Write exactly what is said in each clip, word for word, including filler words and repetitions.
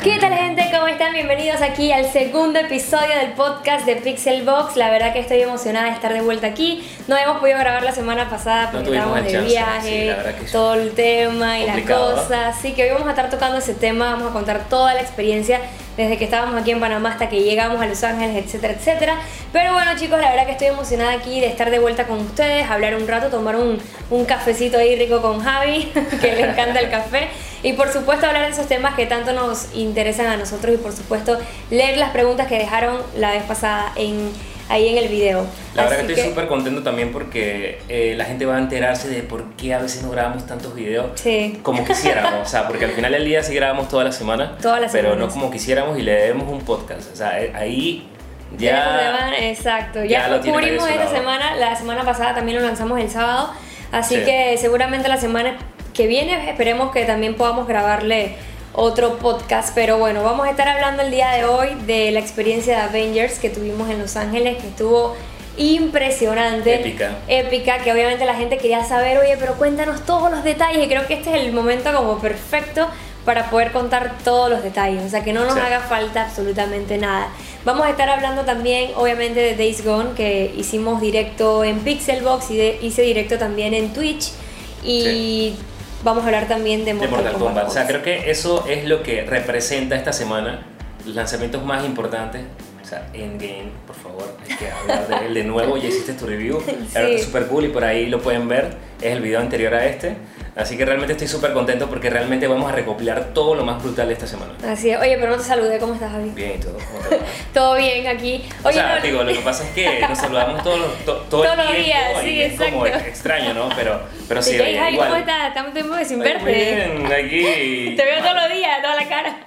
¿Qué tal, gente? ¿Cómo están? Bienvenidos aquí al segundo episodio del podcast de Pixelbox. La verdad que estoy emocionada de estar de vuelta aquí. No hemos podido grabar la semana pasada porque no estábamos de chance. viaje, sí, todo el tema y las cosas. Así que hoy vamos a estar tocando ese tema, vamos a contar toda la experiencia desde que estábamos aquí en Panamá hasta que llegamos a Los Ángeles, etcétera, etcétera. Pero bueno, chicos, la verdad que estoy emocionada aquí de estar de vuelta con ustedes, hablar un rato, tomar un, un cafecito ahí rico con Javi, que le encanta el café. Y por supuesto hablar de esos temas que tanto nos interesan a nosotros y por supuesto leer las preguntas que dejaron la vez pasada en, ahí en el video. La Así verdad que estoy que... súper contento también porque eh, la gente va a enterarse de por qué a veces no grabamos tantos videos sí. como quisiéramos. O sea, porque al final del día sí grabamos toda la semana, toda la pero semana, no como quisiéramos y le debemos un podcast. O sea, ahí ya... Esta semana, exacto, ya, ya cubrimos esta semana, la semana pasada también lo lanzamos el sábado, así sí. que seguramente la semana que viene esperemos que también podamos grabarle otro podcast, pero bueno, vamos a estar hablando el día de hoy de la experiencia de Avengers que tuvimos en Los Ángeles, que estuvo impresionante, épica, épica, que obviamente la gente quería saber, oye, pero cuéntanos todos los detalles, y creo que este es el momento como perfecto para poder contar todos los detalles, o sea, que no nos sí. haga falta absolutamente nada. Vamos a estar hablando también, obviamente, de Days Gone, que hicimos directo en Pixelbox y de, hice directo también en Twitch, y... Sí. Vamos a hablar también de Mortal, de Mortal Kombat. Kombat. O sea, creo que eso es lo que representa esta semana, los lanzamientos más importantes. O sea, Endgame, por favor, hay que hablar de él de nuevo. Ya hiciste tu review, sí. la verdad es súper cool y por ahí lo pueden ver. Es el video anterior a este. Así que realmente estoy súper contento porque realmente vamos a recopilar todo lo más brutal de esta semana. Así es. Oye, pero no te saludé. ¿Cómo estás, Javi? Bien, ¿y todo? ¿Cómo te va? Todo bien aquí. Oye, o sea, no, digo, lo que pasa es que nos saludamos todos los, to, todo todos el los días, sí, es exacto. Como extraño, ¿no? Pero, pero sí, sí oye, Javi, igual. ¿cómo estás? Estamos tiempo sin verte. Muy bien, aquí. Te veo todos los días, toda la cara.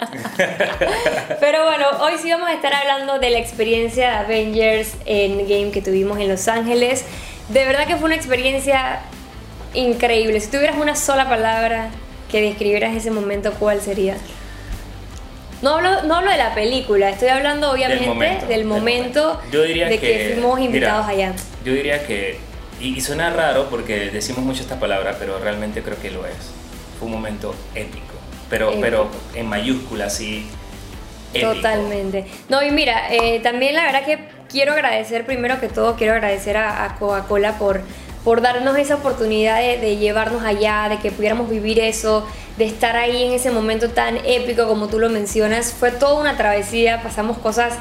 Pero bueno, hoy sí vamos a estar hablando de la experiencia de Avengers Endgame que tuvimos en Los Ángeles. De verdad que fue una experiencia increíble. Si tuvieras una sola palabra que describieras ese momento, ¿cuál sería? No hablo, no hablo de la película, estoy hablando obviamente del momento, del momento, del momento yo diría de que, que fuimos invitados mira, allá. Yo diría que, y, y suena raro porque decimos mucho esta palabra, pero realmente creo que lo es. Fue un momento épico, pero, épico. pero en mayúsculas, sí. Épico. Totalmente. No, y mira, eh, también la verdad que quiero agradecer, primero que todo, quiero agradecer a, a Coca-Cola por por darnos esa oportunidad de, de llevarnos allá, de que pudiéramos vivir eso, de estar ahí en ese momento tan épico como tú lo mencionas. Fue toda una travesía, pasamos cosas,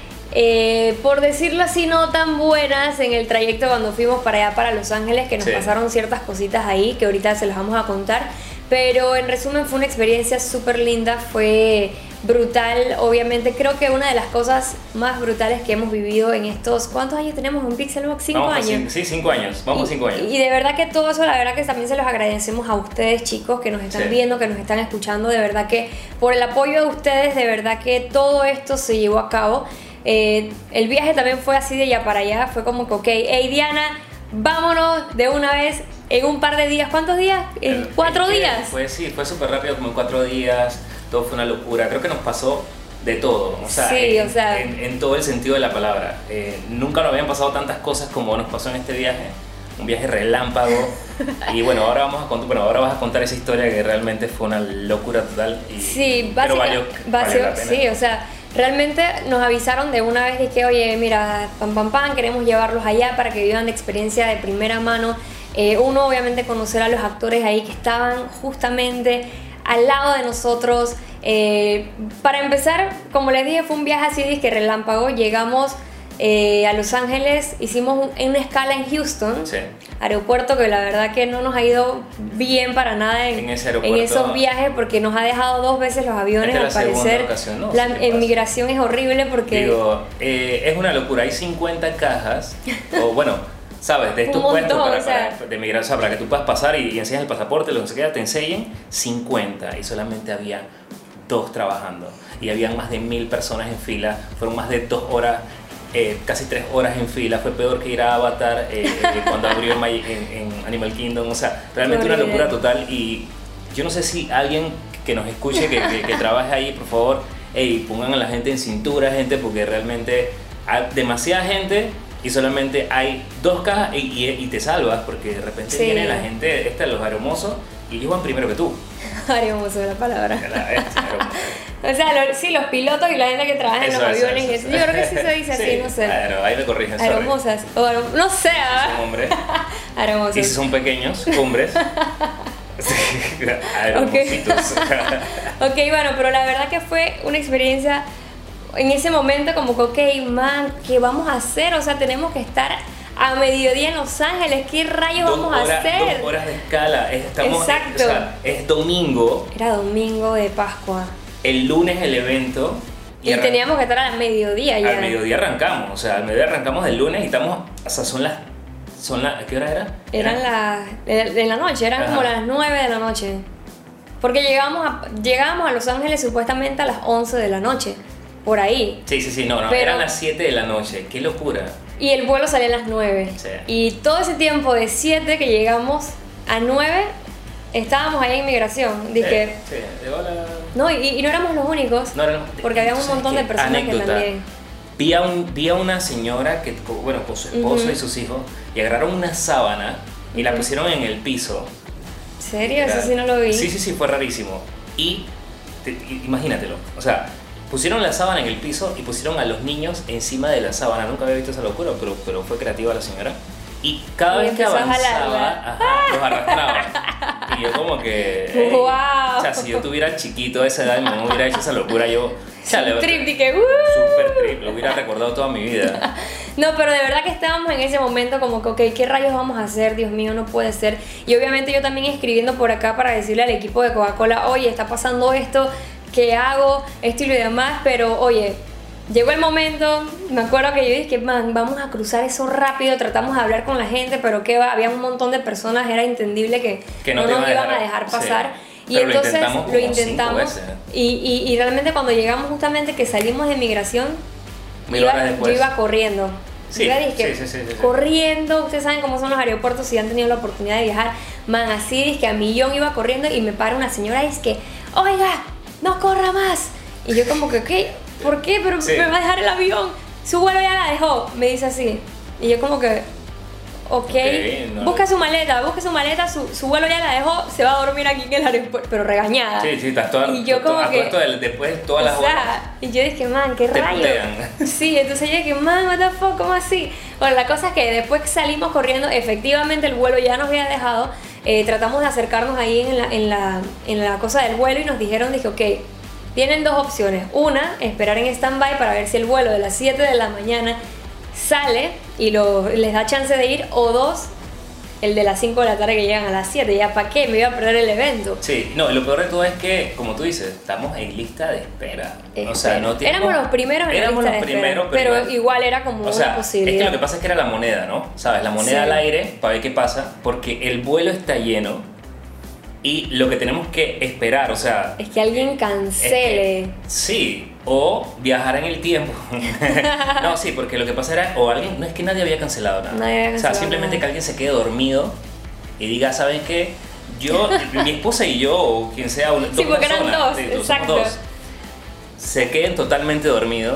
eh, por decirlo así, no tan buenas en el trayecto cuando fuimos para allá, para Los Ángeles, que nos sí. pasaron ciertas cositas ahí, que ahorita se las vamos a contar. Pero en resumen fue una experiencia súper linda, fue brutal. Obviamente creo que una de las cosas más brutales que hemos vivido en estos... ¿Cuántos años tenemos en Pixelbox? ¿Cinco Vamos años? Cinco, sí, cinco años. Vamos y, cinco años. Y de verdad que todo eso, la verdad que también se los agradecemos a ustedes, chicos, que nos están sí. viendo, que nos están escuchando. De verdad que por el apoyo de ustedes, de verdad que todo esto se llevó a cabo. Eh, el viaje también fue así de allá para allá. Fue como que, ok, hey Diana, vámonos de una vez en un par de días. ¿Cuántos días? ¿En cuatro fue, días? Fue, sí, fue súper rápido, como en cuatro días. Todo fue una locura. Creo que nos pasó de todo, o sea, sí, en, o sea en, en todo el sentido de la palabra. Eh, nunca nos habían pasado tantas cosas como nos pasó en este viaje. Un viaje relámpago. Y bueno, ahora vamos a contar, bueno, ahora vas a contar esa historia que realmente fue una locura total. Y, sí, pero valió, valió la pena. Sí, o sea, realmente nos avisaron de una vez de que, oye, mira, pam, pam, pam, queremos llevarlos allá para que vivan la experiencia de primera mano. Eh, uno, obviamente, conocer a los actores ahí que estaban justamente al lado de nosotros. Eh, para empezar, como les dije, fue un viaje así de que relámpago. Llegamos eh, a Los Ángeles, hicimos un, una escala en Houston, sí. aeropuerto que la verdad que no nos ha ido bien para nada en, en, ese en esos viajes, porque nos ha dejado dos veces los aviones. Al parecer ocasión, ¿no? La sí, migración es horrible porque... Digo, eh, es una locura, hay cincuenta cajas, o bueno... ¿Sabes? De estos montón, puestos para, o sea, para, de migración, o sea, para que tú puedas pasar y, y enseñas el pasaporte, lo que se queda, te enseñen cincuenta y solamente había dos trabajando y habían más de mil personas en fila, fueron más de dos horas, eh, casi tres horas en fila, fue peor que ir a Avatar eh, eh, cuando abrió en, en, en Animal Kingdom, o sea, realmente una locura total. Y yo no sé si alguien que nos escuche, que, que, que trabaje ahí, por favor, hey, pongan a la gente en cintura, gente, porque realmente hay demasiada gente y solamente hay dos cajas y, y, y te salvas, porque de repente sí. viene la gente, esta, los aeromosos, y ellos van primero que tú. Aeromoso es la palabra. La, esta, O sea, lo, sí, los pilotos y la gente que trabaja en Eso, los eso, aviones. eso, eso. eso. Yo creo que sí se dice Sí, así, no sé. aero- ahí me corrigen, sorry. Aeromosas. O aero- no sé, ¿ah? Son hombres. Aeromosas. Y si son pequeños, hombres. Aeromositos. Ok, bueno, pero la verdad que fue una experiencia en ese momento como que, ok, man, ¿qué vamos a hacer? O sea, tenemos que estar a mediodía en Los Ángeles, ¿qué rayos Dos vamos a horas- hacer? Dos horas de escala. Estamos, Exacto. O sea, es domingo, Era domingo de Pascua. el lunes el evento. Y, arran- teníamos que estar a mediodía ya. Al mediodía arrancamos, o sea, al mediodía arrancamos el lunes y estamos, o sea, son las, son las, ¿qué hora era? Eran las de, de la noche, eran Ajá. como las nueve de la noche. Porque llegamos a, llegamos a Los Ángeles supuestamente a las once de la noche, por ahí. Sí, sí, sí, no, no, Pero- eran las siete de la noche, qué locura. Y el vuelo salía a las nueve. Sí. Y todo ese tiempo de siete que llegamos a nueve, estábamos ahí en migración. Dije, Sí, sí, de hola. no, y, y no éramos los únicos, No, no, no, porque había un ¿sabes montón qué? de personas Anécdota. que también. Vi a, un, vi a una señora que, co- bueno, con su esposo Ujú. y sus hijos, y agarraron una sábana y la Ujú. pusieron en el piso. ¿En serio? Eso Era- sí no lo vi. Sí, sí, sí, fue rarísimo. Y te- i- imagínatelo, o sea, pusieron la sábana en el piso y pusieron a los niños encima de la sábana. Nunca había visto esa locura, pero, pero fue creativa la señora. Y cada Y vez que empezó a avanzaba, jalarla. ajá, los arrastraba. Y yo como que... ey, Guau. O sea, si yo tuviera chiquito a esa edad y mi mamá hubiera hecho esa locura, yo... chale, Un trip de que, ¡uh! Super trip, lo hubiera recordado toda mi vida. No, pero de verdad que estábamos en ese momento como que, ok, ¿qué rayos vamos a hacer? Dios mío, no puede ser. Y obviamente yo también escribiendo por acá para decirle al equipo de Coca-Cola, oye, está pasando esto, ¿qué hago? Esto y lo demás, pero oye, llegó el momento, me acuerdo que yo dije, man, vamos a cruzar eso rápido, tratamos de hablar con la gente, pero que va, había un montón de personas, era entendible que, Que no no te nos iban a iban a dejar, dejar sí. pasar. Y Pero lo entonces intentamos lo como cinco intentamos veces. y, y, y realmente cuando llegamos justamente que salimos de migración, Mil iba- horas después. yo iba corriendo. Sí, Iba, dizque, sí, sí, sí, sí, sí. corriendo, ustedes saben cómo son los aeropuertos si han tenido la oportunidad de viajar, man, así es que a millón iba corriendo y me para una señora y es que, oiga, no corra más. Y yo como que, ¿qué? ¿Por qué? Pero Sí. me va a dejar el avión. Su vuelo ya la dejó, me dice así. Y yo como que, ok, Ok, no. busca su maleta, busca su maleta, su, su vuelo ya la dejó, se va a dormir aquí en el aeropuerto, pero regañada. Sí, sí, estás toda, Y yo to- como a todo que- esto del- después todas las O horas. sea, y yo dije, man, qué Te rayo. putean. Sí, entonces yo dije, man, what the fuck, ¿cómo así? Bueno, la cosa es que después que salimos corriendo, efectivamente el vuelo ya nos había dejado. eh, tratamos de acercarnos ahí en la, en, la, en la cosa del vuelo y nos dijeron, dije, ok, tienen dos opciones. Una, esperar en stand-by para ver si el vuelo de las siete de la mañana sale y lo, les da chance de ir. O dos, el de las cinco de la tarde que llegan a las siete. Ya, ¿para qué? Me iba a perder el evento. Sí, no, y lo peor de todo es que, como tú dices, estamos en lista de espera. O sea, no tenemos- Éramos los primeros en éramos la los lista de espera, primeros, pero, igual- igual era como O una sea, es posibilidad. que lo que pasa es que era la moneda, ¿no? ¿Sabes? La moneda Sí. al aire para ver qué pasa, porque el vuelo está lleno y lo que tenemos que esperar, o sea... Es que alguien es cancele. que- sí, o viajar en el tiempo. No, sí, porque lo que pasa era, o alguien, no es que nadie había cancelado nada. Nadie había o sea, cancelado simplemente nada. que alguien se quede dormido y diga, ¿saben qué? Yo, mi esposa y yo, o quien sea, una- dos Sí, porque eran personas, dos, sí, somos exacto. dos, se queden totalmente dormidos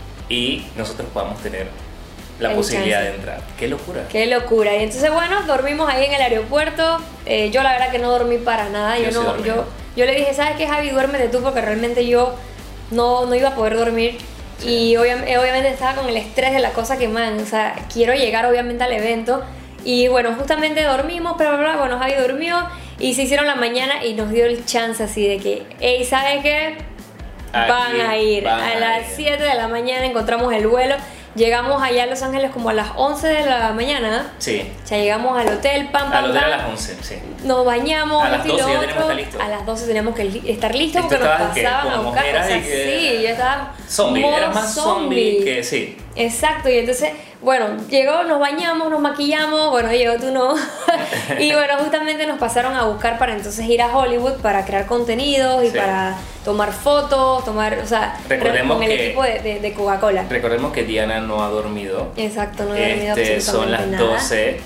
y nosotros podamos tener la El posibilidad chance. de entrar. ¡Qué locura! Qué locura. Y entonces, bueno, dormimos ahí en el aeropuerto. Eh, yo la verdad que no dormí para nada. Yo, Yo sí no, dormí. yo, yo le dije, ¿sabes qué, Javi? Duérmete tú porque realmente yo no, no iba a poder dormir. Y obvia- eh, obviamente estaba con el estrés de la cosa que, man, o sea, quiero llegar obviamente al evento. Y bueno, justamente dormimos, bla, bla, bla. Bueno, Javi durmió y se hicieron la mañana y nos dio el chance así de que, hey, ¿sabes qué? Aquí Van a ir. van a a las ir. siete de la mañana encontramos el vuelo. Llegamos allá a Los Ángeles como a las once de la mañana. Sí, O sea, llegamos al hotel, pam, pam, al hotel a pam, las once, sí. nos bañamos, A las esto y lo doce ya otro. teníamos que estar listos. A las doce teníamos que li- estar listos Y tú porque nos estabas, ¿qué? pasaban a Como buscar. O mojeras sea, y que- sí, yo estaba Zombie, modo era más zombie que sí. Exacto, y entonces, bueno, llegó, nos bañamos, nos maquillamos, bueno, llegó tú no. Y bueno, justamente nos pasaron a buscar para entonces ir a Hollywood para crear contenidos y Sí. para tomar fotos, tomar, o sea, Recordemos con el que- equipo de, de- de Coca-Cola. Recordemos que Diana no ha dormido. Exacto, no he dormido Este, son las absolutamente nada. doce.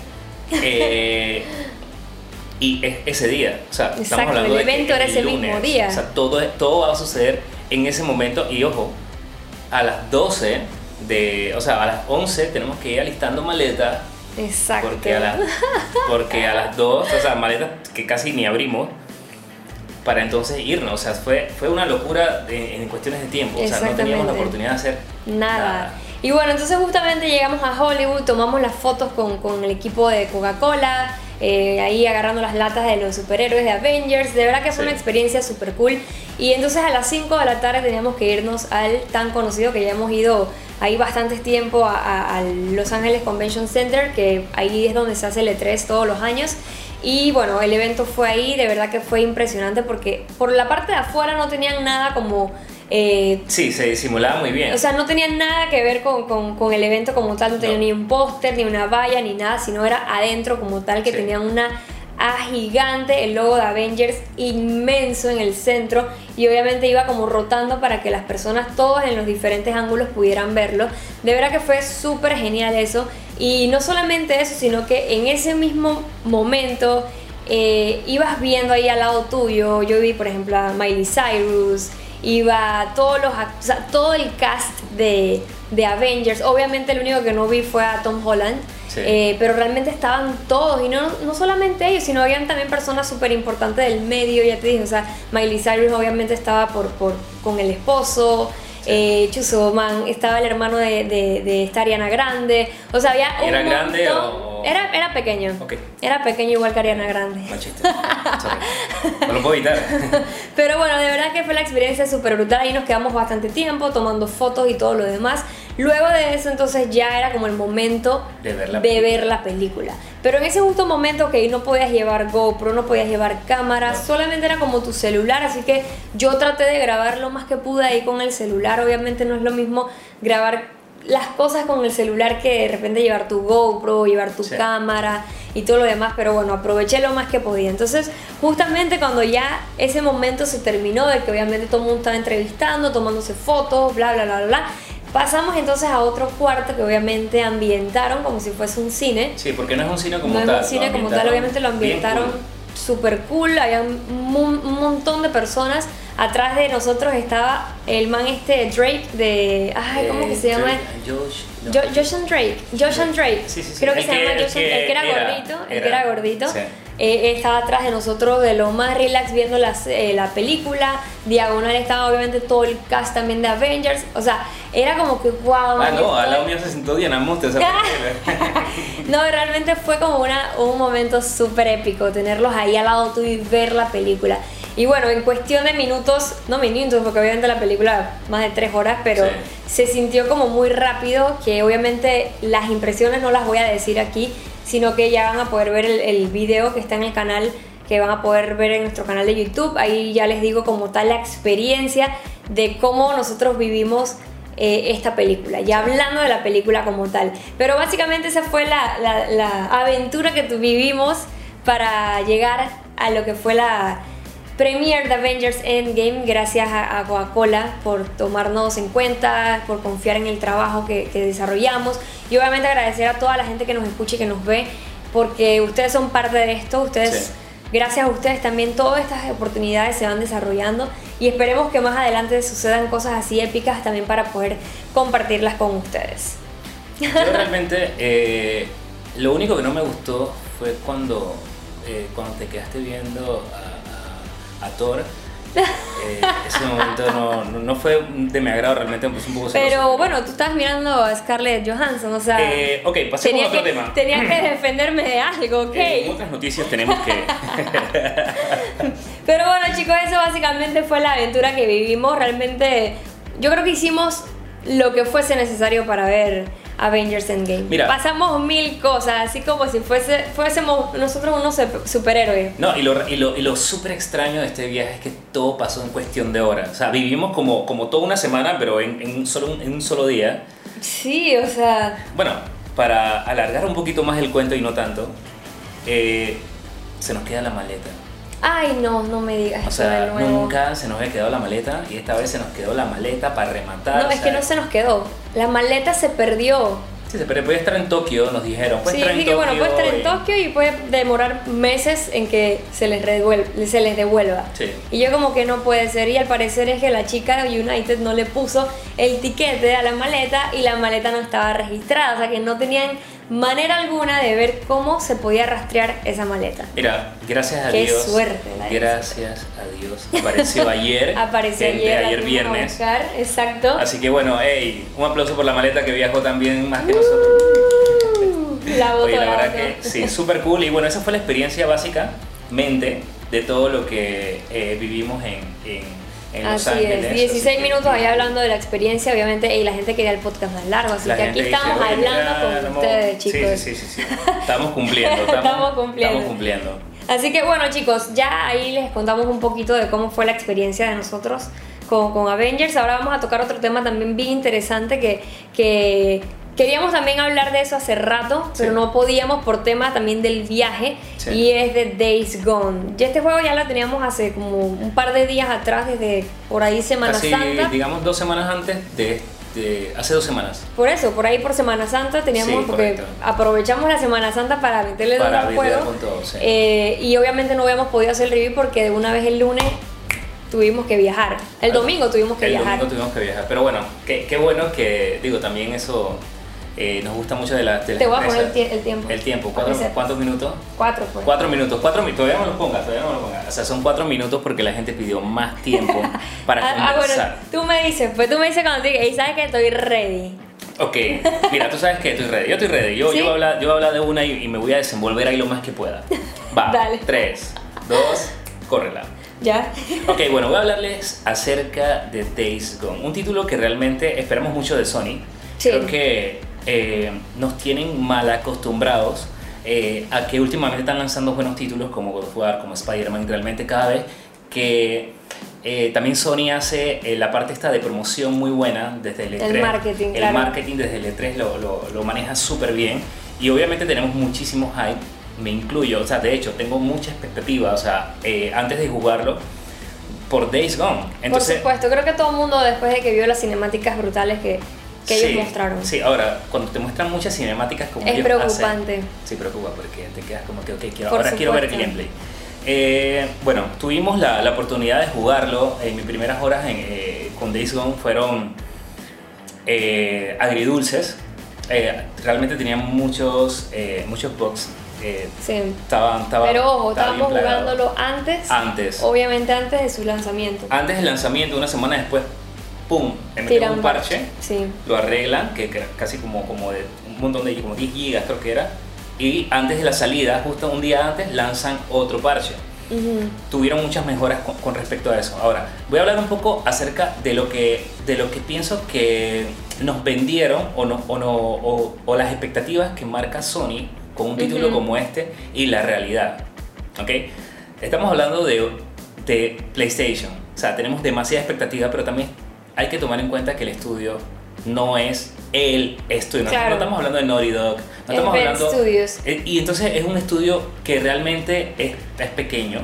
eh, y es ese día. O sea, estamos Exacto, hablando el de que evento era el ese mismo lunes. día. O sea, todo, todo va a suceder en ese momento. Y ojo, a las doce, de, o sea, a las once tenemos que ir alistando maletas. Exacto. Porque a, las, porque a las dos, o sea, maletas que casi ni abrimos. para entonces irnos. O sea, fue, fue una locura de, en cuestiones de tiempo. O sea, no teníamos la oportunidad de hacer nada. nada. Y bueno, entonces justamente llegamos a Hollywood, tomamos las fotos con, con el equipo de Coca-Cola, eh, ahí agarrando las latas de los superhéroes de Avengers. De verdad que fue sí. una experiencia súper cool. Y entonces a las cinco de la tarde teníamos que irnos al tan conocido, que ya hemos ido ahí bastantes tiempo a, a, a Los Ángeles Convention Center, que ahí es donde se hace el E tres todos los años. Y bueno, el evento fue ahí, de verdad que fue impresionante porque por la parte de afuera no tenían nada como... Eh, sí, se disimulaba muy bien. O sea, no tenía nada que ver con, con, con el evento como tal, no tenía no. ni un póster, ni una valla, ni nada, sino era adentro como tal, que sí. tenían una A gigante, el logo de Avengers inmenso en el centro, y obviamente iba como rotando para que las personas, todos en los diferentes ángulos, pudieran verlo. De verdad que fue súper genial eso, y no solamente eso, sino que en ese mismo momento eh, ibas viendo ahí al lado tuyo, yo vi por ejemplo a Miley Cyrus, iba todos los, o sea, todo el cast de, de Avengers. Obviamente el único que no vi fue a Tom Holland, sí. eh, pero realmente estaban todos, y no, no solamente ellos, sino habían también personas súper importantes del medio, ya te dije, o sea, Miley Cyrus obviamente estaba por, por, con el esposo, sí. eh, Chuzo Man, estaba el hermano de, de, de esta Ariana Grande, o sea, había un ¿Era montón, grande o...? Era, era pequeño, okay. era pequeño igual que Ariana Grande. Machista, no lo puedo evitar. Pero bueno, de verdad que fue la experiencia súper brutal, ahí nos quedamos bastante tiempo tomando fotos y todo lo demás. Luego de eso entonces ya era como el momento de ver la, de ver la película. Pero en ese justo momento que no podías llevar GoPro, no podías llevar cámara, no. solamente era como tu celular, así que yo traté de grabar lo más que pude ahí con el celular. Obviamente no es lo mismo grabar las cosas con el celular que de repente llevar tu GoPro, llevar tu sí. cámara y todo lo demás, pero bueno, aproveché lo más que podía. Entonces justamente cuando ya ese momento se terminó, de que obviamente todo el mundo estaba entrevistando, tomándose fotos, bla bla bla bla, pasamos entonces a otro cuarto que obviamente ambientaron como si fuese un cine. Sí, porque no es un cine como no tal. No es un cine como tal, obviamente lo ambientaron súper cool, había un, un montón de personas. Atrás de nosotros estaba el man este Drake de... Ay, ¿cómo eh, que se llama? Josh, no. Jo, Josh and Drake. Josh and Drake. Sí, sí, sí. Creo que el se que, llama el Josh que and, el que era, era gordito. Era, el que era gordito. Sí. Eh, estaba atrás de nosotros de lo más relax viendo las, eh, la película. Diagonal estaba obviamente todo el cast también de Avengers. O sea, era como que wow. Ah, man, no, al lado mío se sintió Diana Monte esa película. No, realmente fue como una, un momento súper épico tenerlos ahí al lado tuyo y ver la película. Y bueno, en cuestión de minutos, no minutos, porque obviamente la película más de tres horas, pero sí. se sintió como muy rápido, que obviamente las impresiones no las voy a decir aquí, sino que ya van a poder ver el, el video que está en el canal, que van a poder ver en nuestro canal de YouTube. Ahí ya les digo como tal la experiencia de cómo nosotros vivimos eh, esta película, ya hablando de la película como tal. Pero básicamente esa fue la, la, la aventura que vivimos para llegar a lo que fue la premiere de Avengers Endgame. Gracias a, a Coca-Cola por tomarnos en cuenta, por confiar en el trabajo que, que desarrollamos, y obviamente agradecer a toda la gente que nos escucha y que nos ve, porque ustedes son parte de esto. Ustedes, sí. Gracias a ustedes también todas estas oportunidades se van desarrollando, y esperemos que más adelante sucedan cosas así épicas también para poder compartirlas con ustedes. Yo realmente eh, lo único que no me gustó fue cuando, eh, cuando te quedaste viendo a a Thor, eh, ese momento no, no, no fue de mi agrado, realmente me puse un poco celoso. Pero bueno, tú estabas mirando a Scarlett Johansson, o sea... Eh, ok, pasemos a otro que, tema. Tenía que defenderme de algo, ok. Eh, en otras noticias tenemos que... Pero bueno, chicos, eso básicamente fue la aventura que vivimos. Realmente yo creo que hicimos lo que fuese necesario para ver Avengers Endgame. Mira, pasamos mil cosas, así como si fuese, fuésemos nosotros unos superhéroes. No, y lo, y lo, y lo súper extraño de este viaje es que todo pasó en cuestión de horas. O sea, vivimos como, como toda una semana, pero en, en, un solo, en un solo día. Sí, o sea... Bueno, para alargar un poquito más el cuento y no tanto, eh, se nos queda la maleta. Ay, no, no me digas. O sea, de nuevo. nunca se nos había quedado la maleta, y esta vez se nos quedó la maleta para rematar. No, es que no se nos quedó. La maleta se perdió. Sí, se perdió. Puede estar en Tokio, nos dijeron. Puede sí, estar en sí que Tokio bueno, puede estar en y... Tokio y puede demorar meses en que se les, revuelve, se les devuelva. Sí. Y yo como que no puede ser, y al parecer es que la chica de United no le puso el tiquete a la maleta y la maleta no estaba registrada, o sea que no tenían manera alguna de ver cómo se podía rastrear esa maleta. Mira, gracias a Qué Dios. suerte la Gracias a Dios. Apareció ayer. Apareció gente, ayer, ayer viernes. Buscar, exacto. Así que bueno, hey, un aplauso por la maleta que viajó también más que nosotros. Uh, la boto, Oye, la la verdad boto. que sí, súper cool. Y bueno, esa fue la experiencia básicamente de todo lo que eh, vivimos en, en, en Los Así Ángeles. es, dieciséis así que, minutos ahí hablando de la experiencia, obviamente, y la gente quería el podcast más largo, así la que aquí gente dice, estamos "Oye, hablando mira, con estamos- ustedes, chicos. Sí, sí, sí, sí, sí. Estamos cumpliendo. Estamos, Estamos cumpliendo. Estamos cumpliendo. Así que bueno, chicos, ya ahí les contamos un poquito de cómo fue la experiencia de nosotros con, con Avengers. Ahora vamos a tocar otro tema también bien interesante que, que queríamos también hablar de eso hace rato, Sí. pero no podíamos por tema también del viaje, Sí. y es de Days Gone. Ya este juego ya lo teníamos hace como un par de días atrás, desde por ahí Semana Casi, Santa. digamos, dos semanas antes de, de hace dos semanas. Por eso, por ahí por Semana Santa teníamos, Sí, porque correcto. aprovechamos la Semana Santa para meterle duro Para al videar juego. con todo, sí. Eh, y obviamente no habíamos podido hacer el review porque de una vez el lunes tuvimos que viajar. El Ah, domingo tuvimos que el viajar. domingo tuvimos que viajar. Pero bueno, qué, qué bueno que, digo, también eso eh, nos gusta mucho de la de las Te voy a poner el, empresas. tie- el tiempo. El tiempo, Para ¿cuántos, que sepas. ¿cuántos minutos? Cuatro, pues. Cuatro minutos, cuatro minutos, todavía no lo pongas, todavía no lo pongas. O sea, son cuatro minutos porque la gente pidió más tiempo para Ah, ah, bueno, conversar. tú me dices, pues tú me dices cuando te digas, y sabes que estoy ready. Ok, mira, tú sabes que estoy ready, yo estoy ready, yo, ¿Sí? yo, voy, a hablar, yo voy a hablar de una y, y me voy a desenvolver ahí lo más que pueda. Va, Dale. tres, dos, córrela. ¿Ya? Ok, bueno, voy a hablarles acerca de Days Gone, un título que realmente esperamos mucho de Sony. Sí. Creo que eh, nos tienen mal acostumbrados eh, a que últimamente están lanzando buenos títulos como God of War, como Spider-Man, realmente cada vez que eh, también Sony hace eh, la parte esta de promoción muy buena desde el E tres. El marketing, El claro. marketing desde el E tres lo, lo, lo maneja súper bien y obviamente tenemos muchísimo hype, me incluyo, o sea, de hecho tengo mucha expectativa, o sea, eh, antes de jugarlo por Days Gone. Entonces, Por supuesto, creo que todo el mundo después de que vio las cinemáticas brutales que, que sí, ellos mostraron. Sí, ahora, cuando te muestran muchas cinemáticas como Es ellos preocupante. hacen, sí, preocupa porque te quedas como que, ok, quiero, Por ahora quiero ver el supuesto. gameplay. Eh, bueno, tuvimos la, la oportunidad de jugarlo. En mis primeras horas en, eh, con Days Gone fueron eh, agridulces. Eh, realmente tenían muchos, eh, muchos bugs. Eh, Sí. estaban, estaban, Pero ojo, estaba bien estábamos plagado. jugándolo antes, Antes. obviamente antes de su lanzamiento. Antes del lanzamiento, una semana después, ¡pum! Le Tiran metieron un parche. Sí. Lo arreglan, que que casi como, como de un montón de como diez gigas creo que era, y antes de la salida, justo un día antes, lanzan otro parche. Ujú. Tuvieron muchas mejoras con, con respecto a eso. Ahora, voy a hablar un poco acerca de lo que, de lo que pienso que nos vendieron o, no, o, no, o, o las expectativas que marca Sony con un título Ujú. como este y la realidad. ¿Ok? Estamos hablando de, de PlayStation. O sea, tenemos demasiada expectativa, pero también hay que tomar en cuenta que el estudio no es el estudio. No, Claro. no estamos hablando de Naughty Dog. No Es estamos Bell hablando... Studios. Eh, Y entonces es un estudio que realmente es, es pequeño,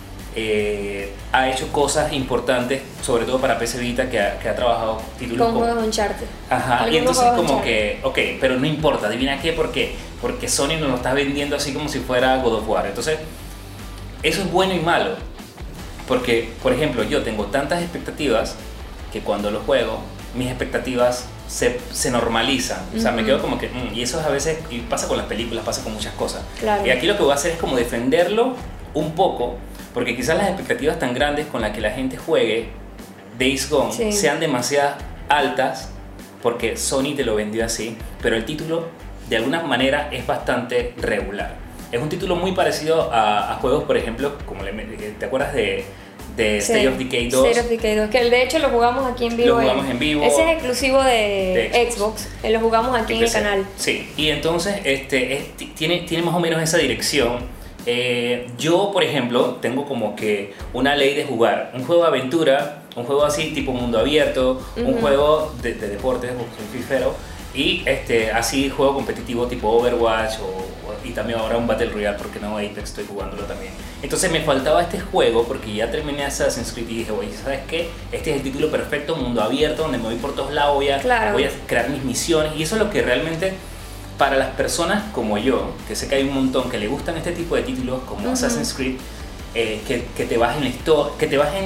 eh, ha hecho cosas importantes, sobre todo para P C Vita, que ha, que ha trabajado títulos Con como... juegos Uncharted. Ajá, y Algunos entonces juegos como Uncharted. que, ok, pero no importa, adivina qué, ¿por qué? Porque Sony nos lo está vendiendo así como si fuera God of War. Entonces, eso es bueno y malo, porque, por ejemplo, yo tengo tantas expectativas que cuando lo juego, mis expectativas se, se normalizan. O sea, me Ujú. quedo como que, mm, y eso es a veces, y pasa con las películas, pasa con muchas cosas. Claro. Y aquí lo que voy a hacer es como defenderlo un poco, porque quizás las expectativas tan grandes con las que la gente juegue Days Gone Sí. sean demasiado altas, porque Sony te lo vendió así, pero el título de alguna manera es bastante regular. Es un título muy parecido a, a juegos, por ejemplo, como le, ¿te acuerdas de, de Sí. State of Decay dos? State of Decay dos, que de hecho lo jugamos aquí en vivo. Lo jugamos en vivo. Ese es exclusivo de, De Xbox. Xbox. eh, Lo jugamos aquí en el Empecé. canal. Sí, y entonces este, es- ti- tiene, tiene más o menos esa dirección. Eh, yo, por ejemplo, tengo como que una ley de jugar un juego de aventura, un juego así tipo mundo abierto, un Ujú. juego de, de deportes, soy fifero, y este, así juego competitivo tipo Overwatch o, o- y también ahora un Battle Royale, porque no, Apex estoy jugándolo también. Entonces me faltaba este juego porque ya terminé Assassin's Creed y dije, oye, ¿sabes qué? Este es el título perfecto, mundo abierto, donde me voy por todos lados, voy a, Claro. voy a crear mis misiones, y eso es lo que realmente para las personas como yo, que sé que hay un montón que le gustan este tipo de títulos como Ujú. Assassin's Creed, eh, que, que te vas en la histo- que te vas en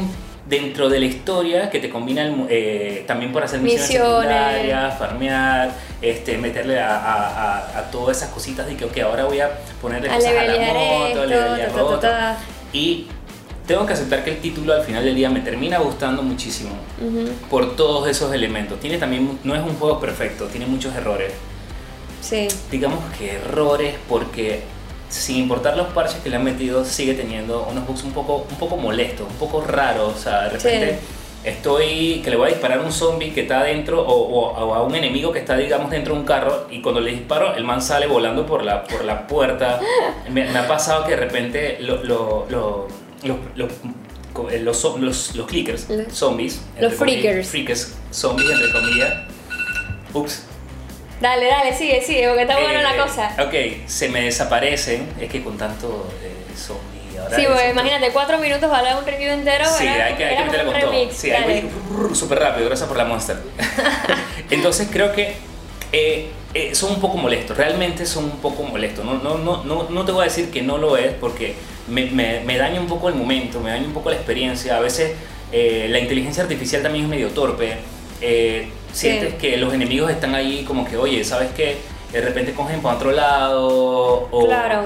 dentro de la historia que te combina el, eh, también por hacer misiones, Misiones. secundarias, farmear, este, meterle a, a, a, a todas esas cositas de que ok, ahora voy a ponerle A cosas a la levelear moto, esto, a levelear ta, ta, lo otro. ta, ta. Y tengo que aceptar que el título al final del día me termina gustando muchísimo Ujú. por todos esos elementos. Tiene también, no es un juego perfecto, tiene muchos errores. Sí. Digamos que errores porque sin importar los parches que le han metido sigue teniendo unos bugs un poco, un poco molestos, un poco raros. O sea, de repente Sí. estoy que le voy a disparar a un zombie que está dentro o, o- o a un enemigo que está digamos dentro de un carro y cuando le disparo el man sale volando por la, por la puerta. Me, me ha pasado que de repente lo, lo, lo- los, los, los, los, los, los clickers, Los- zombies, los entre comillas, freakers. freakers, zombies entre comillas, ups. Dale, dale, sigue, sigue, porque está buena Eh, la cosa. Ok, se me desaparecen. Es que con tanto eh, zombie ahora. Sí, es- porque imagínate, cuatro minutos para hablar un review entero. Sí, era, hay que, hay que era meterle como con un todo. remix. Sí, hay Dale. que súper rápido, gracias por la Monster. Entonces creo que eh, eh, son un poco molestos, realmente son un poco molestos. No, no, no, no, no te voy a decir que no lo es porque me, me, me daña un poco el momento, me daña un poco la experiencia. A veces eh, la inteligencia artificial también es medio torpe. Eh, sientes Sí. que los enemigos están ahí como que, oye, ¿sabes qué? De repente cogen para otro lado o... Claro.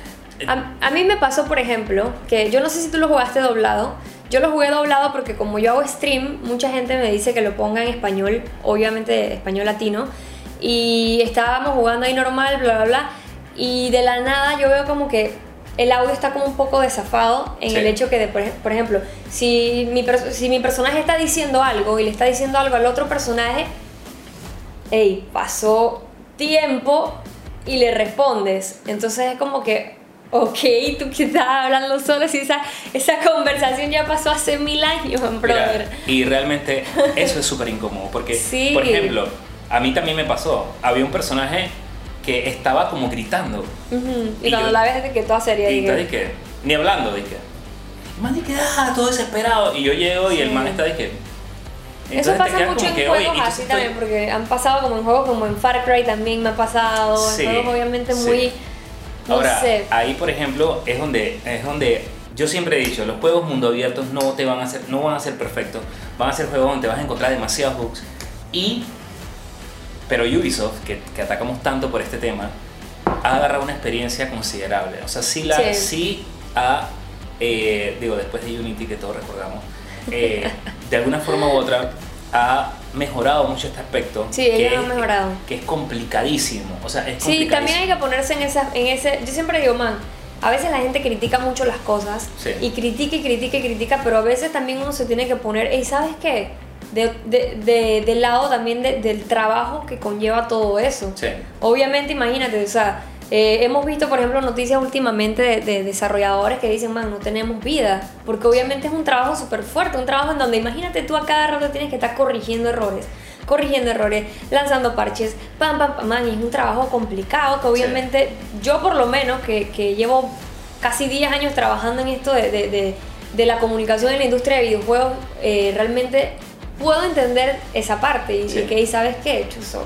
A, a mí me pasó, por ejemplo, que yo no sé si tú lo jugaste doblado. Yo lo jugué doblado porque como yo hago stream, mucha gente me dice que lo ponga en español, obviamente español latino. Y estábamos jugando ahí normal, bla, bla, bla. Y de la nada yo veo como que el audio está como un poco desafado en Sí. el hecho que, de, por, ej- por ejemplo, si mi, perso- si mi personaje está diciendo algo y le está diciendo algo al otro personaje, hey, pasó tiempo y le respondes. Entonces es como que, ok, tú que estás hablando solo, si esa, esa conversación ya pasó hace mil años, brother. Mira, y realmente eso es súper incómodo porque, Sí. por ejemplo, a mí también me pasó. Había un personaje que estaba como gritando. Ujú. Y, Y cuando yo- la ves de que toda seria, Y está dije, de que, ni hablando, de que. El man de que, ah, todo desesperado. Y yo llego y el Sí. man está de que. eso entonces te pasa quedas mucho como en que, oye, juegos y tú así estoy- también, porque han pasado como en juegos como en Far Cry también me ha pasado, Sí, en juegos obviamente sí. muy, no Ahora, sé. ahí por ejemplo es donde, es donde yo siempre he dicho, los juegos mundo abiertos no te van a ser, no van a ser perfectos, van a ser juegos donde te vas a encontrar demasiados bugs y, pero Ubisoft, que, que atacamos tanto por este tema, ha agarrado una experiencia considerable, o sea, sí, la, Sí. sí ha, eh, digo, después de Unity que todos recordamos, eh, de alguna forma u otra ha mejorado mucho este aspecto. Sí, que ellos han es- mejorado. Que es complicadísimo, o sea, es Sí, complicadísimo. también hay que ponerse en, esa, en ese... Yo siempre digo, man, a veces la gente critica mucho las cosas Sí. y critica y critica y critica, pero a veces también uno se tiene que poner, y ¿sabes qué? De, de, de- del lado también de- del trabajo que conlleva todo eso. Sí. Obviamente, imagínate, o sea, eh, hemos visto, por ejemplo, noticias últimamente de, de desarrolladores que dicen, man, no tenemos vida, porque obviamente es un trabajo súper fuerte, un trabajo en donde imagínate tú a cada rato tienes que estar corrigiendo errores, corrigiendo errores, lanzando parches, pam, pam, pam, man, y es un trabajo complicado que obviamente yo por lo menos, que, que llevo casi diez años trabajando en esto de, de, de, de la comunicación en la industria de videojuegos, eh, realmente puedo entender esa parte y, Sí. y que, ¿y sabes qué, Chuzo?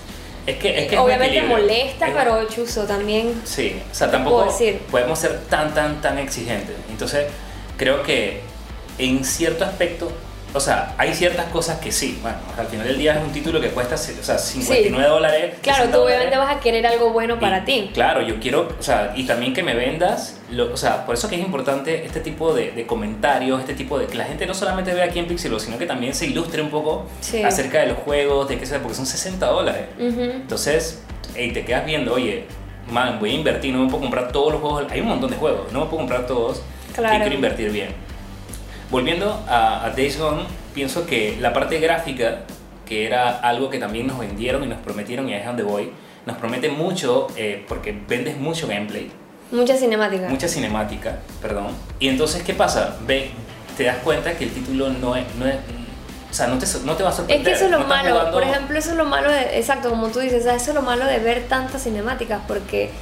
Es que, es que es un Obviamente equilibrio. molesta, Es- pero Chuzo también. Sí, o sea, ¿qué te tampoco puedo decir? podemos ser tan, tan, tan exigentes. Entonces, creo que en cierto aspecto, o sea, hay ciertas cosas que sí, bueno, al final del día es un título que cuesta, o sea, cincuenta y nueve dólares. Claro, sesenta tú obviamente dólares. vas a querer algo bueno Y, para ti. Claro, yo quiero, o sea, y también que me vendas, lo, o sea, por eso que es importante este tipo de, de comentarios, este tipo de, que la gente no solamente vea aquí en Pixelo, sino que también se ilustre un poco Sí. acerca de los juegos, de qué sea, porque son sesenta dólares. Ujú. Entonces, hey, te quedas viendo, oye, man, voy a invertir, no me puedo comprar todos los juegos, hay un montón de juegos, no me puedo comprar todos Claro. y quiero invertir bien. Volviendo a, a Days Gone, pienso que la parte gráfica, que era algo que también nos vendieron y nos prometieron, y ahí es donde voy, nos promete mucho, eh, porque vendes mucho gameplay, Mucha cinemática. mucha cinemática, perdón, y entonces, ¿qué pasa? Ve, te das cuenta que el título no es, no es o sea, no te, no te va a Es sorprender. que eso es lo no estás malo, jugando- por ejemplo, eso es lo malo de, exacto, como tú dices, o sea, eso es lo malo de ver tantas cinemáticas, porque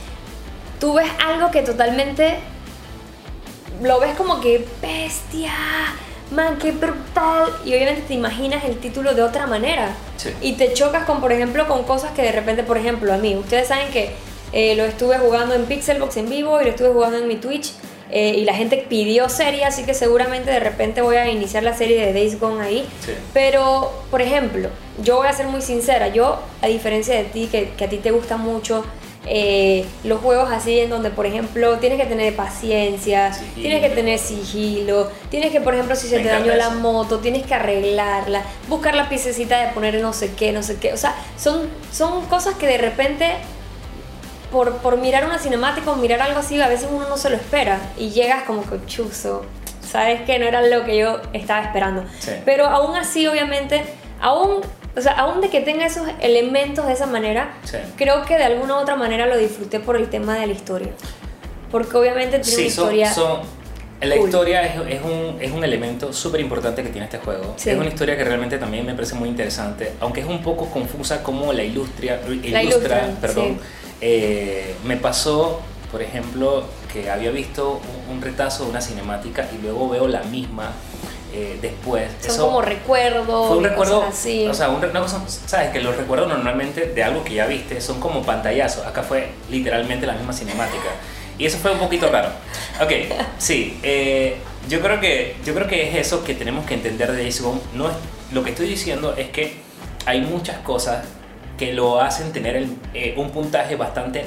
tú ves algo que totalmente lo ves como que bestia, man, qué brutal, y obviamente te imaginas el título de otra manera. Sí. Y te chocas con, por ejemplo, con cosas que de repente, por ejemplo, a mí, ustedes saben que eh, lo estuve jugando en Pixelbox en vivo y lo estuve jugando en mi Twitch. eh, y la gente pidió serie, así que seguramente de repente voy a iniciar la serie de Days Gone ahí. Sí. Pero, por ejemplo, yo voy a ser muy sincera, yo, a diferencia de ti, que, que a ti te gusta mucho eh, los juegos así en donde, por ejemplo, tienes que tener paciencia, sigilo. Tienes que tener sigilo, tienes que, por ejemplo, si se Me te dañó eso. la moto, tienes que arreglarla, buscar la piececita de poner no sé qué, no sé qué, o sea, son, son cosas que de repente por, por mirar una cinemática o mirar algo así, a veces uno no se lo espera y llegas como que chuzo, sabes que no era lo que yo estaba esperando. Sí. Pero aún así, obviamente, aún, o sea, aún de que tenga esos elementos de esa manera, Sí. creo que de alguna u otra manera lo disfruté por el tema de la historia. Porque obviamente tiene Sí, una son, historia... son, la cool. historia es, es, un, es un elemento súper importante que tiene este juego. Sí. Es una historia que realmente también me parece muy interesante, aunque es un poco confusa como la ilustria, La ilustra, ilustran, perdón. sí. Eh, me pasó, por ejemplo, que había visto un, un retazo de una cinemática y luego veo la misma eh, después. Son Eso como recuerdos, fue un recuerdo, cosas así. o sea, un, una cosa, sabes que los recuerdos normalmente de algo que ya viste son como pantallazos. Acá fue literalmente la misma cinemática. Y eso fue un poquito raro. Ok, sí, eh, yo, creo que, yo creo que es eso que tenemos que entender de Days Gone. No es, lo que estoy diciendo es que hay muchas cosas que lo hacen tener el, eh, un puntaje bastante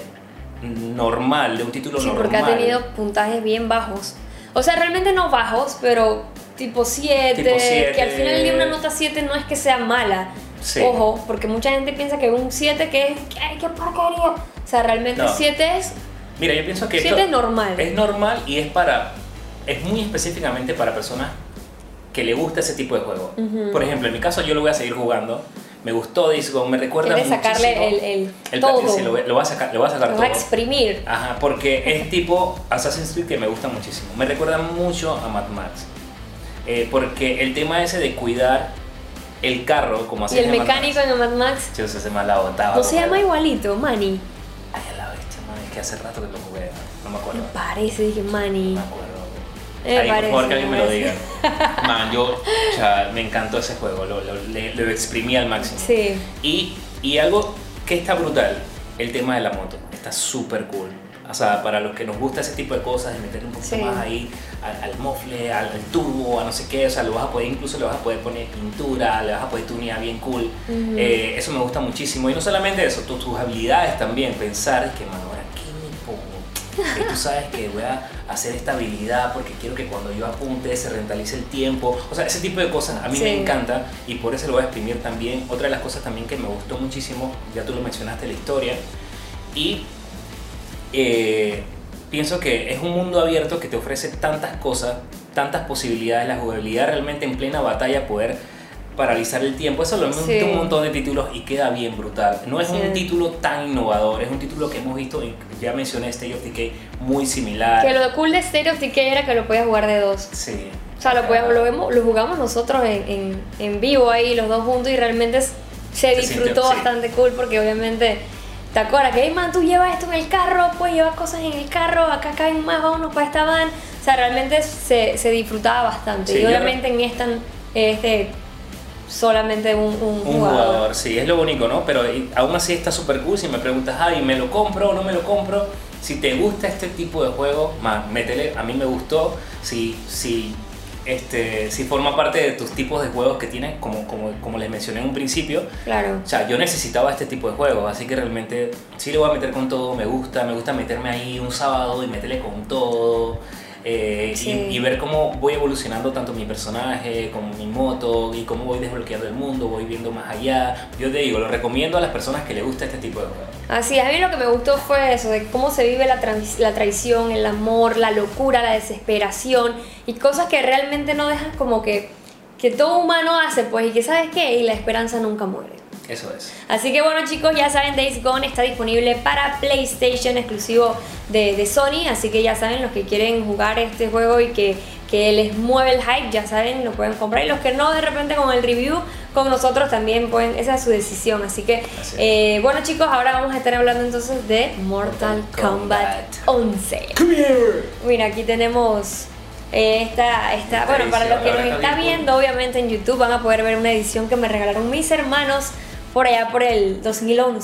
normal, de un título Sí, normal. porque ha tenido puntajes bien bajos. O sea, realmente no bajos, pero tipo siete, Tipo siete. que al final del día una nota siete no es que sea mala. Sí. Ojo, porque mucha gente piensa que un siete que es, ¡ay, qué porquería! O sea, realmente No. siete es... Mira, yo pienso que esto siete es normal. es normal y es para, es muy específicamente para personas que le gusta ese tipo de juego. Ujú. Por ejemplo, en mi caso yo lo voy a seguir jugando. Me gustó Days Gone, me recuerda Quieres muchísimo. sacarle el, el, el todo. sí, lo, voy- lo voy a sacar, lo voy a sacar Lo todo. va a exprimir. Ajá, porque es tipo Assassin's Creed que me gusta muchísimo. Me recuerda mucho a Mad Max. Eh, porque el tema ese de cuidar el carro, como Y hacía el en Mad mecánico Max, en Mad Max yo se me la botaba. no se como llama era. igualito, Manny. Ay, a la bestia, man, es que hace rato que lo jugué, no me Me acuerdo. parece, dije Manny. No me acuerdo. Me Ahí, por parece, favor, que alguien me lo parece. diga. Man, yo, o sea, me encantó ese juego, lo, lo, le- lo exprimí al máximo. Sí. Y, y algo que está brutal, el tema de la moto, está súper cool. O sea, para los que nos gusta ese tipo de cosas, de meterle un poquito Sí. más ahí al, al mofle, al, al turbo, a no sé qué, o sea, lo vas a poder, incluso le vas a poder poner pintura, le vas a poder tunear bien cool. Ujú. Eh, eso me gusta muchísimo. Y no solamente eso, tu- tus habilidades también, pensar que, mano, ahora qué me pongo. Que tú sabes que voy a hacer esta habilidad porque quiero que cuando yo apunte se rentalice el tiempo. O sea, ese tipo de cosas a mí Sí. me encanta y por eso lo voy a exprimir también. Otra de las cosas también que me gustó muchísimo, ya tú lo mencionaste, la historia. Y eh, pienso que es un mundo abierto que te ofrece tantas cosas, tantas posibilidades, la jugabilidad realmente en plena batalla, poder paralizar el tiempo. Eso lo hemos Sí. visto en un montón de títulos y queda bien brutal. No es Sí. un título tan innovador, es un título que hemos visto, en- ya mencioné State of Decay, muy similar. Que lo cool de State of Decay era que lo podías jugar de dos. Sí. O sea, lo, podíamos, lo, vemos, lo jugamos nosotros en, en, en vivo ahí, los dos juntos, y realmente s- se, Se disfrutó sintió, sí. bastante cool porque obviamente, ¿te acuerdas? Que, hey, man, tú llevas esto en el carro, puedes llevar cosas en el carro, acá caen más, vámonos para esta van. O sea, realmente se, se disfrutaba bastante. Sí, y yo obviamente en esta, este, solamente un, un, Un jugador. jugador, sí, es lo único, ¿no? Pero y- aún así está súper cool. Si me preguntas, ay, ¿me lo compro o no me lo compro? Si te gusta este tipo de juego, man, métele, a mí me gustó. Si, si, este, si forma parte de tus tipos de juegos que tienes, como, como, como les mencioné en un principio. Claro. O sea, yo necesitaba este tipo de juegos, así que realmente sí le voy a meter con todo. Me gusta, me gusta meterme ahí un sábado y meterle con todo. Eh, Sí. y, y ver cómo voy evolucionando tanto mi personaje como mi moto y cómo voy desbloqueando el mundo, voy viendo más allá. Yo te digo, lo recomiendo a las personas que les gusta este tipo de juegos. Así, a mí lo que me gustó fue eso, de cómo se vive la, trans- la traición, el amor, la locura, la desesperación y cosas que realmente no dejan como que, que todo humano hace, pues, y que sabes qué, y la esperanza nunca muere. Eso es. Así que bueno, chicos, ya saben, Days Gone está disponible para PlayStation, exclusivo de, de Sony, así que ya saben, los que quieren jugar este juego y que, que les mueve el hype, ya saben, lo pueden comprar, y los que no, de repente con el review, con nosotros también pueden, esa es su decisión. Así que, Así es. eh, bueno, chicos, ahora vamos a estar hablando entonces de Mortal, Mortal Kombat, Kombat. once. Come here. Mira, aquí tenemos eh, esta, esta, Esta bueno, para los edición, que la nos verdad está está bien viendo, obviamente en YouTube van a poder ver una edición que me regalaron mis hermanos por allá por el dos mil once.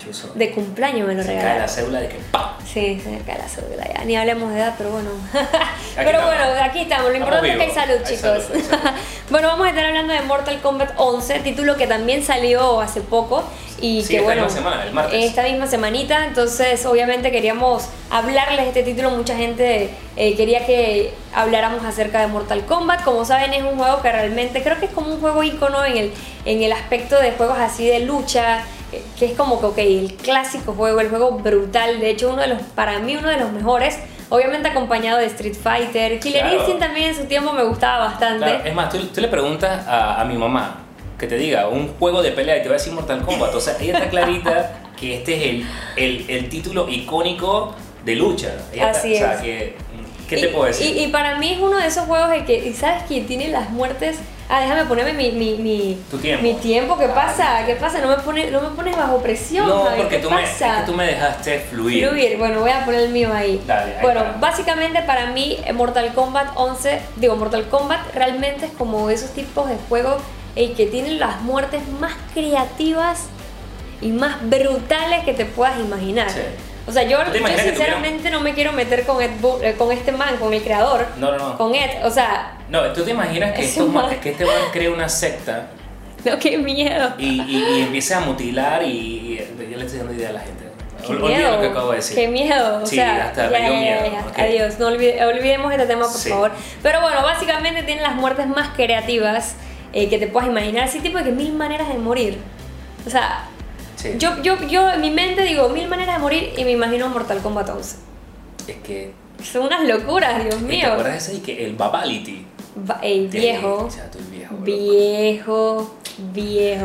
Chuzo. De cumpleaños me lo Se regalaron. cae la cédula de que ¡pam! Sí, se me cae la cédula ya. Ni hablemos de edad, pero bueno. Aquí pero estamos. bueno, aquí estamos. Lo importante es que hay salud, Hay chicos. salud, hay salud. Bueno, vamos a estar hablando de Mortal Kombat once, título que también salió hace poco. Y Sí, que esta bueno, misma semana, el martes. esta misma semanita, entonces obviamente queríamos hablarles de este título. Mucha gente eh, quería que habláramos acerca de Mortal Kombat. Como saben, es un juego que realmente creo que es como un juego ícono en el, en el aspecto de juegos así de lucha, eh, que es como que, ok, el clásico juego, el juego brutal. De hecho, uno de los, para mí uno de los mejores, obviamente acompañado de Street Fighter. Killer Claro. Instinct también en su tiempo me gustaba bastante. Claro, es más, tú, tú le preguntas a, a mi mamá que te diga un juego de pelea y te va a decir Mortal Kombat. O sea, ella está clarita que este es el, el, el título icónico de lucha. Ella Así está, o es. sea, que, ¿qué Y- te puedo decir? Y, y para mí es uno de esos juegos de que, ¿y sabes quién tiene las muertes? Ah, déjame ponerme mi, mi, mi, Tu tiempo. mi tiempo. ¿Qué Ah, pasa? ¿Qué pasa? No me, pone, no me pones bajo presión, no, Javi, porque ¿qué tú me, es pasa? que tú me dejaste fluir. Fluir. Bueno, voy a poner el mío ahí. Dale, ahí bueno, está. básicamente para mí eh, Mortal Kombat once, digo, Mortal Kombat realmente es como esos tipos de juegos eh, que tienen las muertes más creativas y más brutales que te puedas imaginar. Sí. O sea, yo, ¿Tú te yo imaginas que sinceramente no me quiero meter con, Ed Bu- eh, con este man, con el creador, No, no, no. con Ed, o sea, No, tú te imaginas que, Ese estos ma- man. que este man crea una secta no, qué miedo. y, y, y empiece a mutilar y, y yo le estoy dando idea a la gente. Qué Ol- Olvida miedo, lo que acabo de decir. qué miedo, o Sí, sea, hasta me dio miedo, ok. adiós, no olvide- olvidemos este tema por Sí. favor. Pero bueno, básicamente tienen las muertes más creativas eh, que te puedas imaginar, así tipo de que mil maneras de morir. O sea, Sí. yo, yo, yo en mi mente digo mil maneras de morir y me imagino Mortal Kombat once. Es que. Son unas locuras, Dios ¿Te mío. acuerdas de ese? Y que el Babality. Va- ey, viejo, O sea, tú el viejo. loco. viejo, viejo.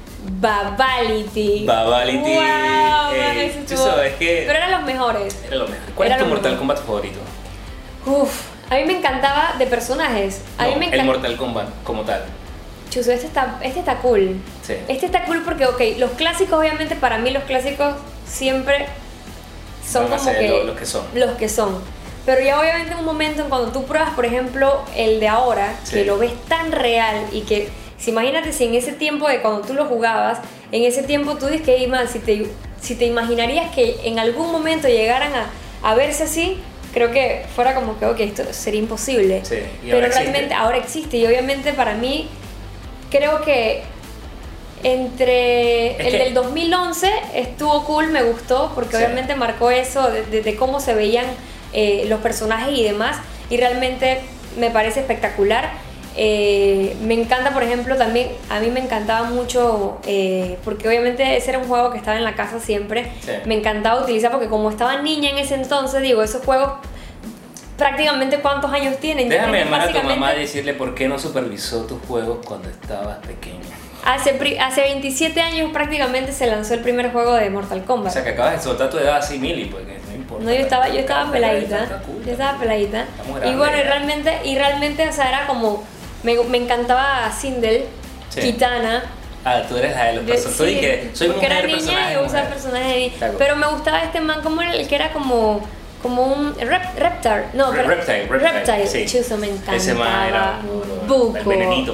Babality. Babality, Wow, man, eh, ese tú estuvo- sabes que- Pero eran los mejores. Era lo mejor. ¿Cuál Era es tu lo Mortal mejor. Kombat favorito? Uf, a mí me encantaba de personajes. A No, mí me el encanta. Mortal Kombat como tal. Chuso, este está, este está cool. Sí. Este está cool porque, ok, los clásicos, obviamente, para mí los clásicos siempre son Van a como ser que lo- los que son. los que son. Pero ya obviamente en un momento en cuando tú pruebas, por ejemplo, el de ahora, Sí. que lo ves tan real y que, si imagínate si en ese tiempo de cuando tú lo jugabas, en ese tiempo tú dices que, "Ey, man, si te, si te imaginarías que en algún momento llegaran a, a verse así, creo que fuera como que, ok, esto sería imposible. Sí, y Pero ahora existe. realmente ahora existe y obviamente para mí, creo que entre Es el que- del dos mil once estuvo cool, me gustó, porque Sí. obviamente marcó eso de, de- de cómo se veían eh, los personajes y demás, y realmente me parece espectacular. Eh, me encanta, por ejemplo, también, a mí me encantaba mucho, eh, porque obviamente ese era un juego que estaba en la casa siempre, Sí. me encantaba utilizar, porque como estaba niña en ese entonces, digo, esos juegos prácticamente cuántos años tienen. Déjame llamar a tu Básicamente, mamá y decirle por qué no supervisó tus juegos cuando estabas pequeña. Hace, pri- hace veintisiete años prácticamente se lanzó el primer juego de Mortal O Kombat. sea, que acabas de soltar tu edad así, Mili, porque no importa. No, yo estaba, yo estaba Está peladita, cool, yo está estaba cool. peladita. Estamos Y grandes bueno, y ya. realmente, y realmente, o sea, era como, me, me encantaba Sindel, Sí. Kitana. Ah, tú eres la de los Yo- personajes. Tú sí, di que soy porque mujer, era niña personaje y yo usaba mujer. personajes de Está cool. Pero me gustaba este man, como era el que era como, como un rep, reptar, no, Re- pero- reptile, reptile, reptile, sí. chuzo, me encantaba. Ese man era Buco. el venenito.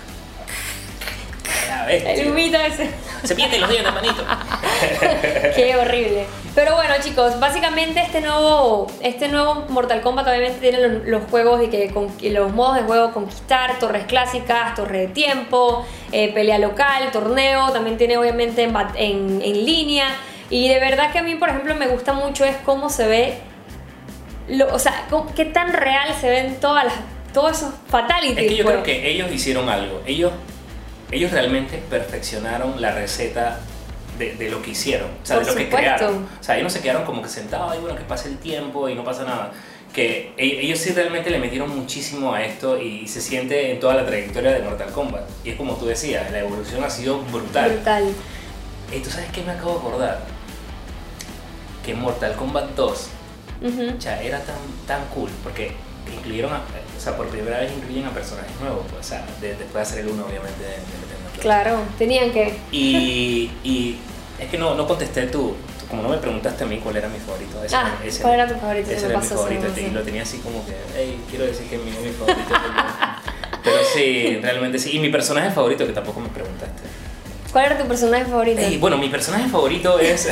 Era bestia. El humito ese. Se pierde los dientes, manito. Qué horrible. Pero bueno, chicos, básicamente este nuevo, este nuevo Mortal Kombat obviamente tiene los, los juegos y que con, y los modos de juego conquistar, torres clásicas, torre de tiempo, eh, pelea local, torneo, también tiene obviamente en, bat- en, en línea. Y de verdad que a mí, por ejemplo, me gusta mucho es cómo se ve, lo, o sea, cómo- qué tan real se ven todas las, todos esos fatalities. Es que yo pues. creo que ellos hicieron algo. Ellos, ellos realmente perfeccionaron la receta de, de lo que hicieron, o sea, Por de lo que supuesto. crearon. O sea, ellos no se quedaron como que sentados y bueno, que pase el tiempo y no pasa nada. Que e- ellos sí realmente le metieron muchísimo a esto y se siente en toda la trayectoria de Mortal Kombat. Y es como tú decías, la evolución ha sido brutal. Brutal. ¿Y tú sabes qué me acabo de acordar? Que Mortal Kombat dos Ujú. o sea, era tan, tan cool porque incluyeron, a, o sea, por primera vez incluyen a personajes nuevos, pues, o sea, de- después de hacer el uno, obviamente, de, de meterlo todo. Claro, tenían que. Y, y es que no, no contesté tú, tú, como no me preguntaste a mí cuál era mi favorito. Ese, Ah, ese- ¿cuál era tu favorito? Ese Se me era mi pasó, se me favorito y pasó. lo tenía así como que, hey, quiero decir que mi, mi favorito es el mío. Pero sí, realmente sí. Y mi personaje favorito, que tampoco me preguntaste. ¿Cuál era tu personaje favorito? Ey, bueno, mi personaje favorito es...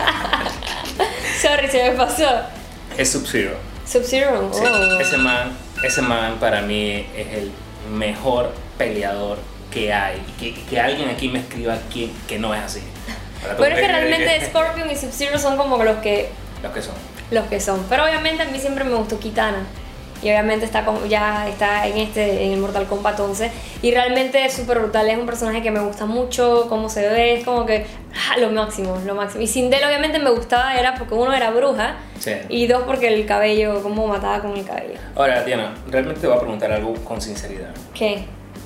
Sorry, se me pasó. es Sub-Zero. Sub-Zero, Sí, oh. ese man, ese man para mí es el mejor peleador que hay. Que, que alguien aquí me escriba que, que no es así. Pero es que realmente Scorpion y Sub-Zero son como los que, Los que son. los que son. Pero obviamente a mí siempre me gustó Kitana. Y obviamente está como, ya está en este en el Mortal Kombat once. Y realmente es súper brutal. Es un personaje que me gusta mucho. Cómo se ve. Es como que ah, lo máximo, lo máximo. Y Sindel obviamente me gustaba. Era porque uno era bruja. Sí. Y dos porque el cabello. Cómo mataba con el cabello. Ahora, Diana, realmente te voy a preguntar algo con sinceridad. ¿Qué?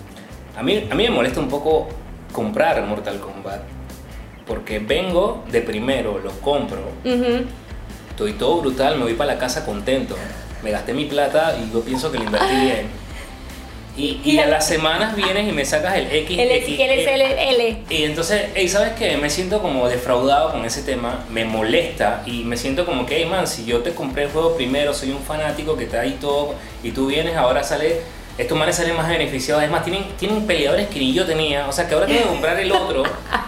A mí, a mí me molesta un poco comprar Mortal Kombat. Porque vengo de primero, lo compro. Uh-huh. Estoy todo brutal, me voy para la casa contento. Me gasté mi plata y yo pienso que lo invertí bien. Y, y a las semanas vienes y me sacas el X, El X, X L L L. Y entonces, hey, ¿sabes qué? Me siento como defraudado con ese tema, me molesta y me siento como que, hey man, si yo te compré el juego primero, soy un fanático que está ahí todo y tú vienes, ahora sale, estos manes salen más beneficiados, es más, tienen, tienen peleadores que ni yo tenía, o sea que ahora tengo que comprar el otro.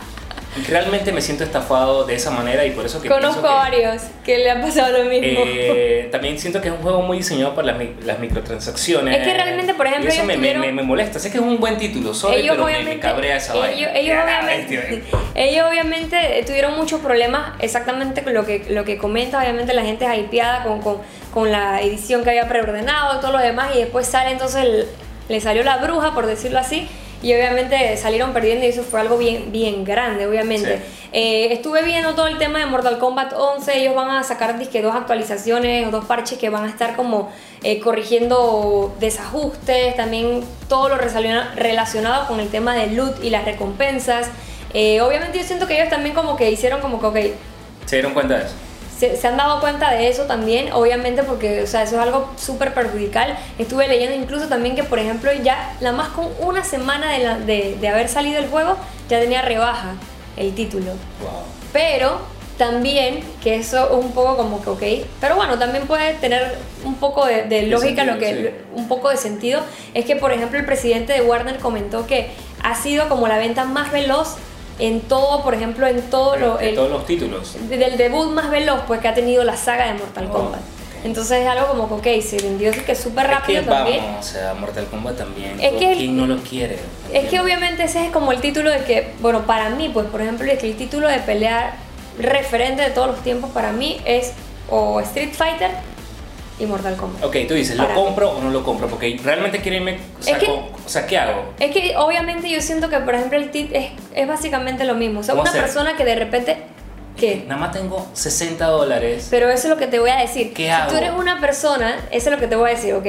Realmente me siento estafado de esa manera y por eso que Conozco pienso que, varios que le han pasado lo mismo. eh, también siento que es un juego muy diseñado para las, mi- las microtransacciones. Es que realmente, por ejemplo, y eso ellos me, me- tuvieron- me, me molesta. Sé que es un buen título, sorry, ellos pero me, me obviamente, cabrea esa ellos, vaina. ellos Ya, obviamente, bestia. ellos obviamente tuvieron muchos problemas exactamente con lo que, lo que comenta, obviamente la gente hypeada con, con, con la edición que había preordenado y todo lo demás y después sale entonces, el- le salió la bruja, por decirlo así, y obviamente salieron perdiendo y eso fue algo bien, bien grande, obviamente. Sí. Eh, estuve viendo todo el tema de Mortal Kombat once, ellos van a sacar disque dos actualizaciones o dos parches que van a estar como eh, corrigiendo desajustes, también todo lo relaciona- relacionado con el tema del loot y las recompensas. Eh, obviamente yo siento que ellos también como que hicieron como que, ok, ¿Se dieron cuenta de eso? se, se han dado cuenta de eso también, obviamente porque, o sea, eso es algo súper perjudicial. Estuve leyendo incluso también que, por ejemplo, ya nada más con una semana de, la- de, de haber salido el juego, ya tenía rebaja el título. Wow. Pero también, que eso es un poco como que ok, pero bueno, también puede tener un poco de, de lógica, sentido, lo que sí. un poco de sentido, es que por ejemplo el presidente de Warner comentó que ha sido como la venta más veloz en todo, por ejemplo, en todo lo... De el- todos los títulos. del debut más veloz pues que ha tenido la saga de Mortal Oh, Kombat. ok. Entonces es algo como que ok, se vendió así que súper rápido es que también. vamos, o sea, Mortal Kombat también. Es que- ¿Quién no lo quiere? Es que obviamente ese es como el título de que, bueno, para mí, pues por ejemplo, es que el título de pelea referente de todos los tiempos para mí es o Street Fighter y Mortal Kombat. Ok, tú dices, ¿lo Para mí. compro o no lo compro? Porque realmente quiero irme... O sea, Es que- con- o sea, ¿qué hago? Es que obviamente yo siento que, por ejemplo, el tit es, es básicamente lo mismo. O sea, ¿Cómo una hacer? persona que de repente... ¿Qué? Nada más tengo sesenta dólares. Pero eso es lo que te voy a decir. ¿Qué si hago? tú eres una persona, eso es lo que te voy a decir, ok.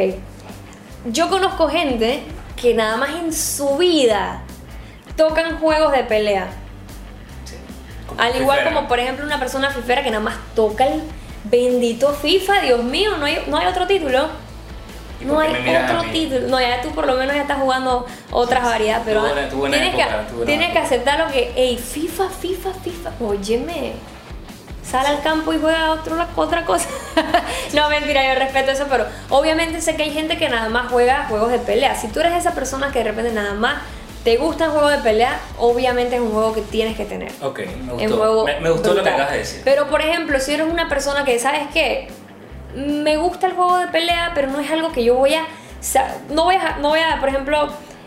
Yo conozco gente que nada más en su vida tocan juegos de pelea. Sí, como Al igual fifera. como, por ejemplo, una persona fifera que nada más toca el bendito FIFA, Dios mío, no hay, no hay otro título. ¿Y No por qué hay me miras a otro mí? título. No, ya tú por lo menos ya estás jugando otras variedades, pero Tuvo una- tuvo una tienes, época, que, tuvo una tienes que época. aceptar lo que, hey, FIFA, FIFA, FIFA, óyeme, sal al campo y juega otro, otra cosa. No, mentira, yo respeto eso, pero obviamente sé que hay gente que nada más juega juegos de pelea. Si tú eres esa persona que de repente nada más te gusta el juego de pelea, obviamente es un juego que tienes que tener. Ok, me Es un gustó. juego Me, me gustó lo que brutal. acabas de decir. Pero por ejemplo, si eres una persona que, ¿sabes qué? Me gusta el juego de pelea, pero no es algo que yo voy a... sa- No voy a, no voy a por ejemplo...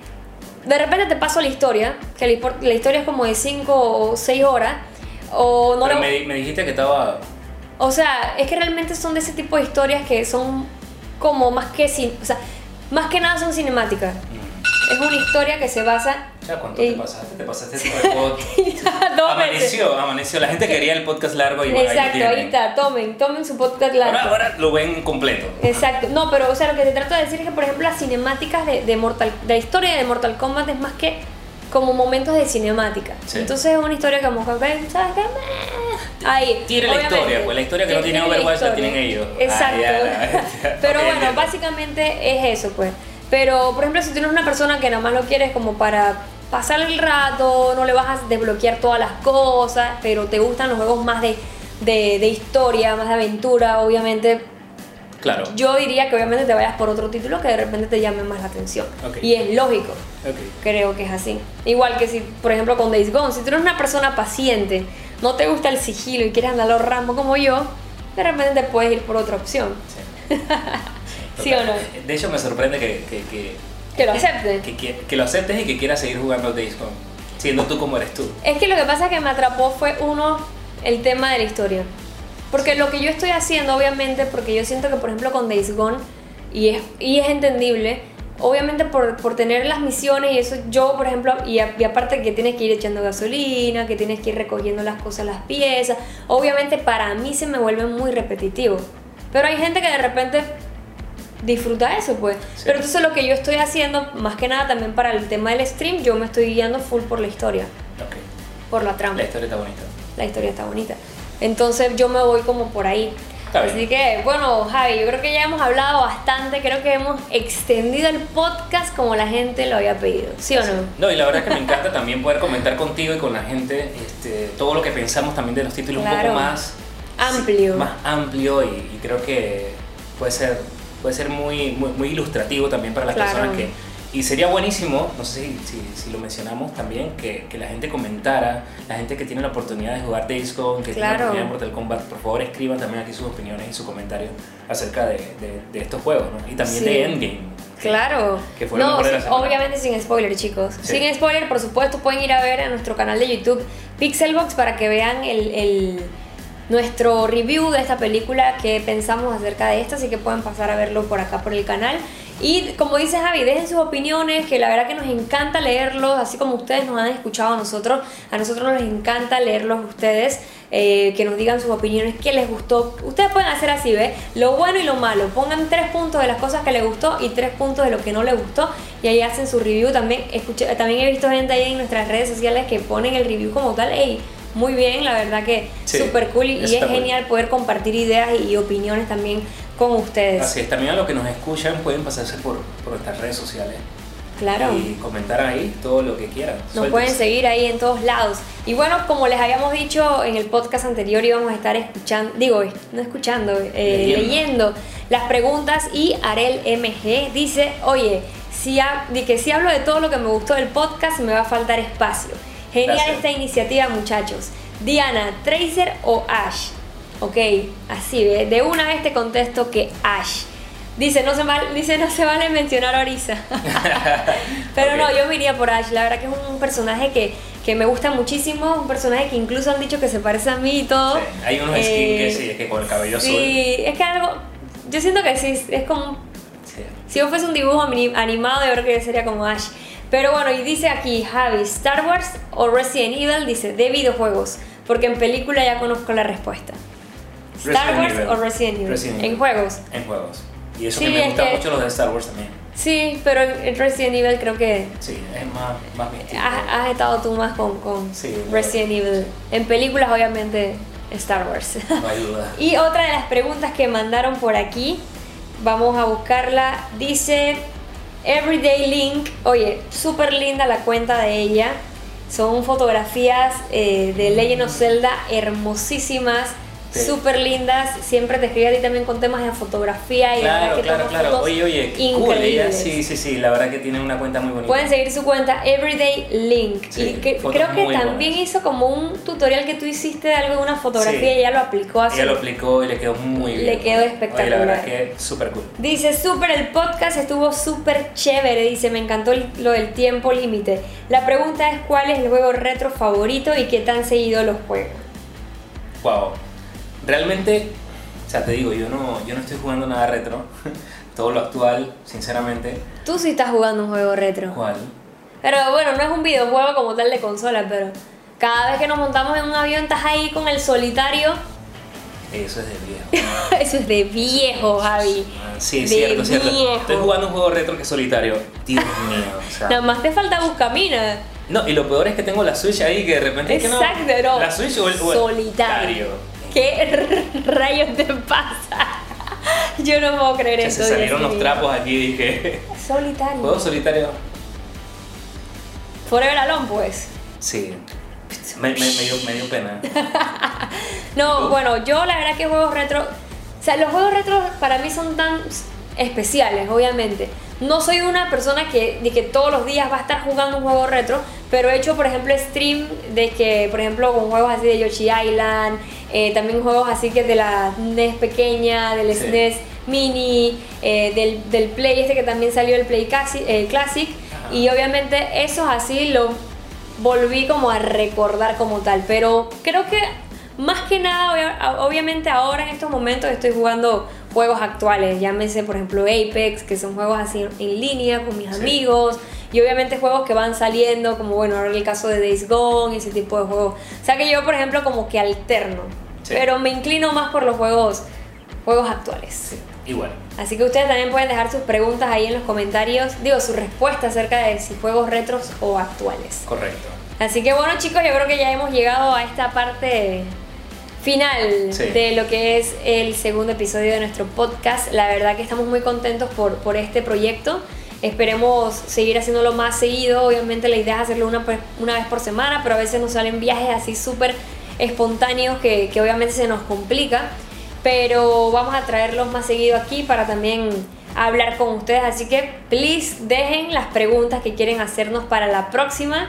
De repente te paso la historia, que la, hipor- la historia es como de cinco o seis horas, o no Pero le- me, me dijiste que estaba... O sea, es que realmente son de ese tipo de historias que son como más que... cin- O sea, más que nada son cinemáticas. Es una historia que se basa... Ya, ¿cuánto en- te pasaste? Te pasaste este pod. Dos veces. Amaneció, amaneció. La gente quería el podcast largo y bueno, ahí lo Exacto, ahí tienen. está, tomen, tomen su podcast largo. Ahora, ahora lo ven completo. Exacto, no, pero o sea, lo que te trato de decir es que, por ejemplo, las cinemáticas de, de Mortal, de la historia de Mortal Kombat es más que como momentos de cinemática. Sí. Entonces es una historia como que, ok, ¿sabes qué? Meh. Ahí. Tiene la obviamente. historia, pues la historia que no tiene la Overwatch la historia. tienen ellos. Exacto. Ah, ya, ya. Pero Ok, bueno, entiendo. básicamente es eso, pues. Pero, por ejemplo, si tú eres una persona que nada más lo quieres como para pasar el rato, no le vas a desbloquear todas las cosas, pero te gustan los juegos más de, de, de historia, más de aventura, obviamente Claro. yo diría que obviamente te vayas por otro título que de repente te llame más la atención. Okay. Y es lógico. Okay. Creo que es así. Igual que si, por ejemplo, con Days Gone, si tú eres una persona paciente, no te gusta el sigilo y quieres andar a los Rambo como yo, de repente te puedes ir por otra opción. Sí. ¿Sí o no? De hecho, me sorprende que, que, que, Que lo aceptes. que, que, que lo aceptes y que quieras seguir jugando Days Gone, siendo tú como eres tú. Es que lo que pasa es que me atrapó fue uno, el tema de la historia. Porque lo que yo estoy haciendo, obviamente, porque yo siento que, por ejemplo, con Days Gone, y es, y es entendible, obviamente por, por tener las misiones y eso, yo, por ejemplo, y, a, y aparte que tienes que ir echando gasolina, que tienes que ir recogiendo las cosas, las piezas, obviamente para mí se me vuelve muy repetitivo. Pero hay gente que de repente disfruta eso, pues. Sí. Pero entonces lo que yo estoy haciendo, más que nada también para el tema del stream, yo me estoy guiando full por la historia. Okay. Por la trama. La historia está bonita. La historia está bonita. Entonces yo me voy como por ahí. Así que, bueno, Javi, yo creo que ya hemos hablado bastante, creo que hemos extendido el podcast como la gente lo había pedido, ¿sí o no? No, y la verdad es que me encanta también poder comentar contigo y con la gente este, todo lo que pensamos también de los títulos, claro, un poco más amplio. Sí, más amplio y, y creo que puede ser, puede ser muy, muy, muy ilustrativo también para las, claro, personas que... Y sería buenísimo, no sé si, si, si lo mencionamos también, que, que la gente comentara, la gente que tiene la oportunidad de jugar Days Gone, que claro, tiene la oportunidad de Mortal Kombat, por favor escriban también aquí sus opiniones y sus comentarios acerca de, de, de estos juegos, ¿no? Y también sí, de Endgame. Claro. Que fue no, lo mejor de la semana. Obviamente sin spoiler, chicos. Sí. Sin spoiler, por supuesto, pueden ir a ver a nuestro canal de YouTube Pixelbox para que vean el... el nuestro review de esta película que pensamos acerca de esta, así que pueden pasar a verlo por acá por el canal. Y como dice Javi, dejen sus opiniones, que la verdad que nos encanta leerlos, así como ustedes nos han escuchado a nosotros, a nosotros nos encanta leerlos a ustedes, eh, que nos digan sus opiniones, qué les gustó. Ustedes pueden hacer así, ¿ves? Lo bueno y lo malo, pongan tres puntos de las cosas que les gustó y tres puntos de lo que no les gustó, y ahí hacen su review. También, escuché, también he visto gente ahí en nuestras redes sociales que ponen el review como tal. Ey, muy bien, la verdad que sí, súper cool, y, y es genial cool poder compartir ideas y opiniones también con ustedes. Así es, también a los que nos escuchan pueden pasarse por, por nuestras redes sociales. Claro. Y comentar ahí todo lo que quieran. Nos Suéltense. pueden seguir ahí en todos lados. Y bueno, como les habíamos dicho en el podcast anterior, íbamos a estar escuchando, digo, no escuchando, eh, leyendo. leyendo las preguntas, y Arel M G dice, oye, si, ha, que si hablo de todo lo que me gustó del podcast, me va a faltar espacio. Genial. Gracias. Esta iniciativa, muchachos. Diana, ¿Tracer o Ash? Ok, así, ¿ve? De una vez te contesto que Ash. Dice, no se, mal, dice, no se vale mencionar a Orisa. Pero okay, no, yo me iría por Ash. La verdad que es un personaje que, que me gusta muchísimo. Un personaje que incluso han dicho que se parece a mí y todo. Sí, hay unos eh, skins que sí, es que con el cabello sí, azul. Sí, es que algo... Yo siento que sí, es como... Sí. Si yo fuese un dibujo animado, yo creo que sería como Ash. Pero bueno, y dice aquí Javi, ¿Star Wars o Resident Evil? Dice, de videojuegos, porque en película ya conozco la respuesta. ¿Star Wars Evil. o Resident Evil? Resident en juegos. En juegos. Y eso sí, que me gusta que... mucho los de Star Wars también. Sí, pero en Resident Evil creo que... Sí, es más, más mi estilo. Has, has estado tú más con, con sí, Resident bueno. Evil. En películas, obviamente, Star Wars. No hay duda. Y otra de las preguntas que mandaron por aquí, vamos a buscarla, dice... Everyday Link, oye, súper linda la cuenta de ella. Son fotografías eh, de Legend of Zelda hermosísimas, sí, súper lindas. Siempre te escribe a ti también con temas de fotografía y claro, la verdad que claro, claro. fotos oye, oye, increíbles. Cool, ella, sí, sí, sí, la verdad que tiene una cuenta muy bonita. Pueden seguir su cuenta Everyday Link. Sí, y que, creo que también buenas. hizo como un tutorial que tú hiciste de algo de una fotografía, sí, y ella lo aplicó así. Ella lo aplicó y le quedó muy bien. Le quedó espectacular. Oye, la verdad que súper cool. Dice, súper, el podcast estuvo súper chévere. Dice, me encantó lo del tiempo límite. La pregunta es, ¿cuál es el juego retro favorito y qué tan seguido los juegan? Wow. Realmente, o sea, te digo, yo no, yo no estoy jugando nada retro. Todo lo actual, sinceramente. Tú sí estás jugando un juego retro. ¿Cuál? Pero bueno, no es un videojuego como tal de consola, pero cada vez que nos montamos en un avión estás ahí con el solitario. Eso es de viejo. Eso es de viejo, Javi. Sí, es de cierto, es cierto. viejo. Estoy jugando un juego retro que es solitario. Dios mío, o sea. Nada más te falta Buscamina. No, y lo peor es que tengo la Switch ahí que de repente Exacto, es que no, no. La Switch o el, o el solitario. ¿Qué rayos te pasa? Yo no puedo creer ya eso. Se salieron los trapos aquí y dije. Solitario. ¿Juego solitario? Forever Alone, pues. Sí. Me, me, me, dio, me dio pena. No, bueno, yo la verdad que juegos retro sea, los juegos retro para mí son tan especiales, obviamente. No soy una persona que, de que todos los días va a estar jugando un juego retro, pero he hecho, por ejemplo, stream de que, por ejemplo, con juegos así de Yoshi Island, eh, también juegos así que de la N E S pequeña, del sí. S N E S Mini, eh, del, del Play este que también salió, el Play Classic, eh, Classic y obviamente esos así lo volví como a recordar como tal, pero creo que más que nada, obviamente ahora en estos momentos estoy jugando juegos actuales, llámese por ejemplo Apex, que son juegos así en línea con mis sí. amigos, y obviamente juegos que van saliendo, como bueno, ahora el caso de Days Gone, ese tipo de juegos. O sea que yo, por ejemplo, como que alterno, sí. pero me inclino más por los juegos, juegos actuales. Sí, igual. Así que ustedes también pueden dejar sus preguntas ahí en los comentarios, digo, su respuesta acerca de si juegos retros o actuales. Correcto. Así que bueno, chicos, yo creo que ya hemos llegado a esta parte final sí. de lo que es el segundo episodio de nuestro podcast. La verdad que estamos muy contentos por, por este proyecto. Esperemos seguir haciéndolo más seguido. Obviamente la idea es hacerlo una, una vez por semana, pero a veces nos salen viajes así súper espontáneos que, que obviamente se nos complica. Pero vamos a traerlos más seguido aquí para también hablar con ustedes. Así que please dejen las preguntas que quieren hacernos para la próxima.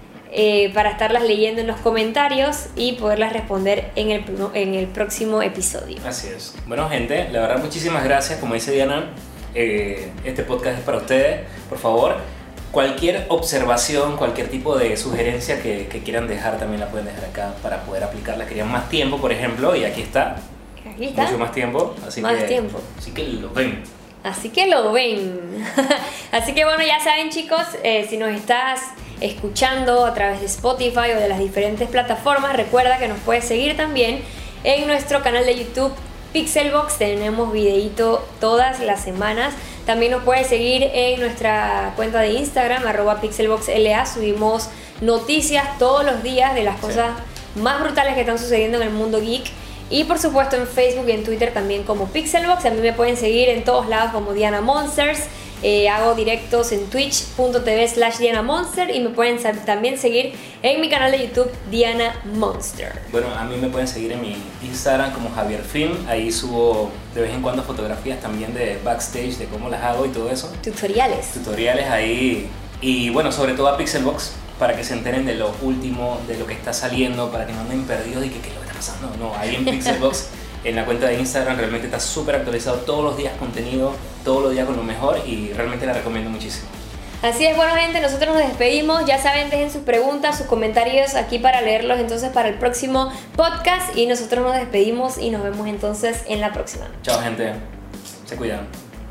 Eh, para estarlas leyendo en los comentarios y poderlas responder en el, en el próximo episodio. Así es. Bueno, gente, la verdad muchísimas gracias. Como dice Diana, eh, este podcast es para ustedes. Por favor, cualquier observación, cualquier tipo de sugerencia que, que quieran dejar, también la pueden dejar acá para poder aplicarla. Querían más tiempo, por ejemplo, y aquí está. Aquí está. Mucho más tiempo. Así más que, tiempo. Así que lo ven. Así que lo ven. Así que bueno, ya saben, chicos, eh, si nos estás escuchando a través de Spotify o de las diferentes plataformas, recuerda que nos puedes seguir también en nuestro canal de YouTube Pixelbox. Tenemos videito todas las semanas. También nos puedes seguir en nuestra cuenta de Instagram arroba pixelboxla. Subimos noticias todos los días de las cosas sí. más brutales que están sucediendo en el mundo geek. Y por supuesto en Facebook y en Twitter también como Pixelbox. A mí me pueden seguir en todos lados como Diana Monsters. Eh, hago directos en twitch punto tv slash Diana Monster y me pueden también seguir en mi canal de YouTube Diana Monster. Bueno, a mí me pueden seguir en mi Instagram como Javier Film. Ahí subo de vez en cuando fotografías también de backstage, de cómo las hago y todo eso. Tutoriales. Tutoriales ahí. Y bueno, sobre todo a Pixelbox, para que se enteren de lo último, de lo que está saliendo, para que no anden perdidos y que qué es lo que está pasando. No, ahí en Pixelbox en la cuenta de Instagram realmente está súper actualizado, todos los días contenido, todos los días con lo mejor, y realmente la recomiendo muchísimo. Así es, bueno gente, nosotros nos despedimos, ya saben, dejen sus preguntas, sus comentarios aquí para leerlos entonces para el próximo podcast, y nosotros nos despedimos y nos vemos entonces en la próxima. Chao gente, se cuidan.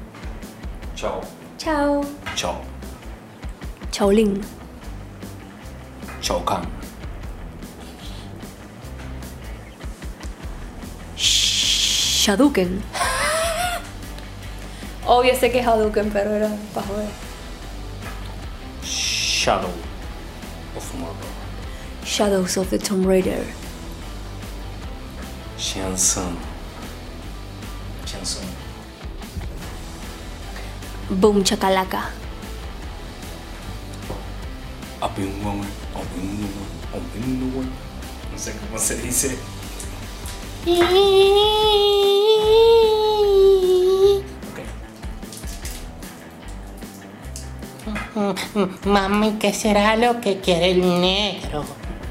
Chao. Chao. Chao. Chao Lin. Chao Kang. Hadouken. Obvio sé que es Hadouken, pero era para joder. Shadow of Mordor. Shadows of the Tomb Raider. Shang Tsung. Shang Tsung. Boom chakalaka. No sé cómo se dice. Mami, ¿qué será lo que quiere el negro?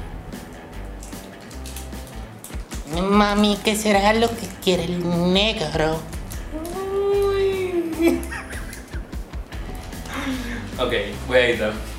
Mami, ¿qué será lo que quiere el negro? Ok, voy a editar.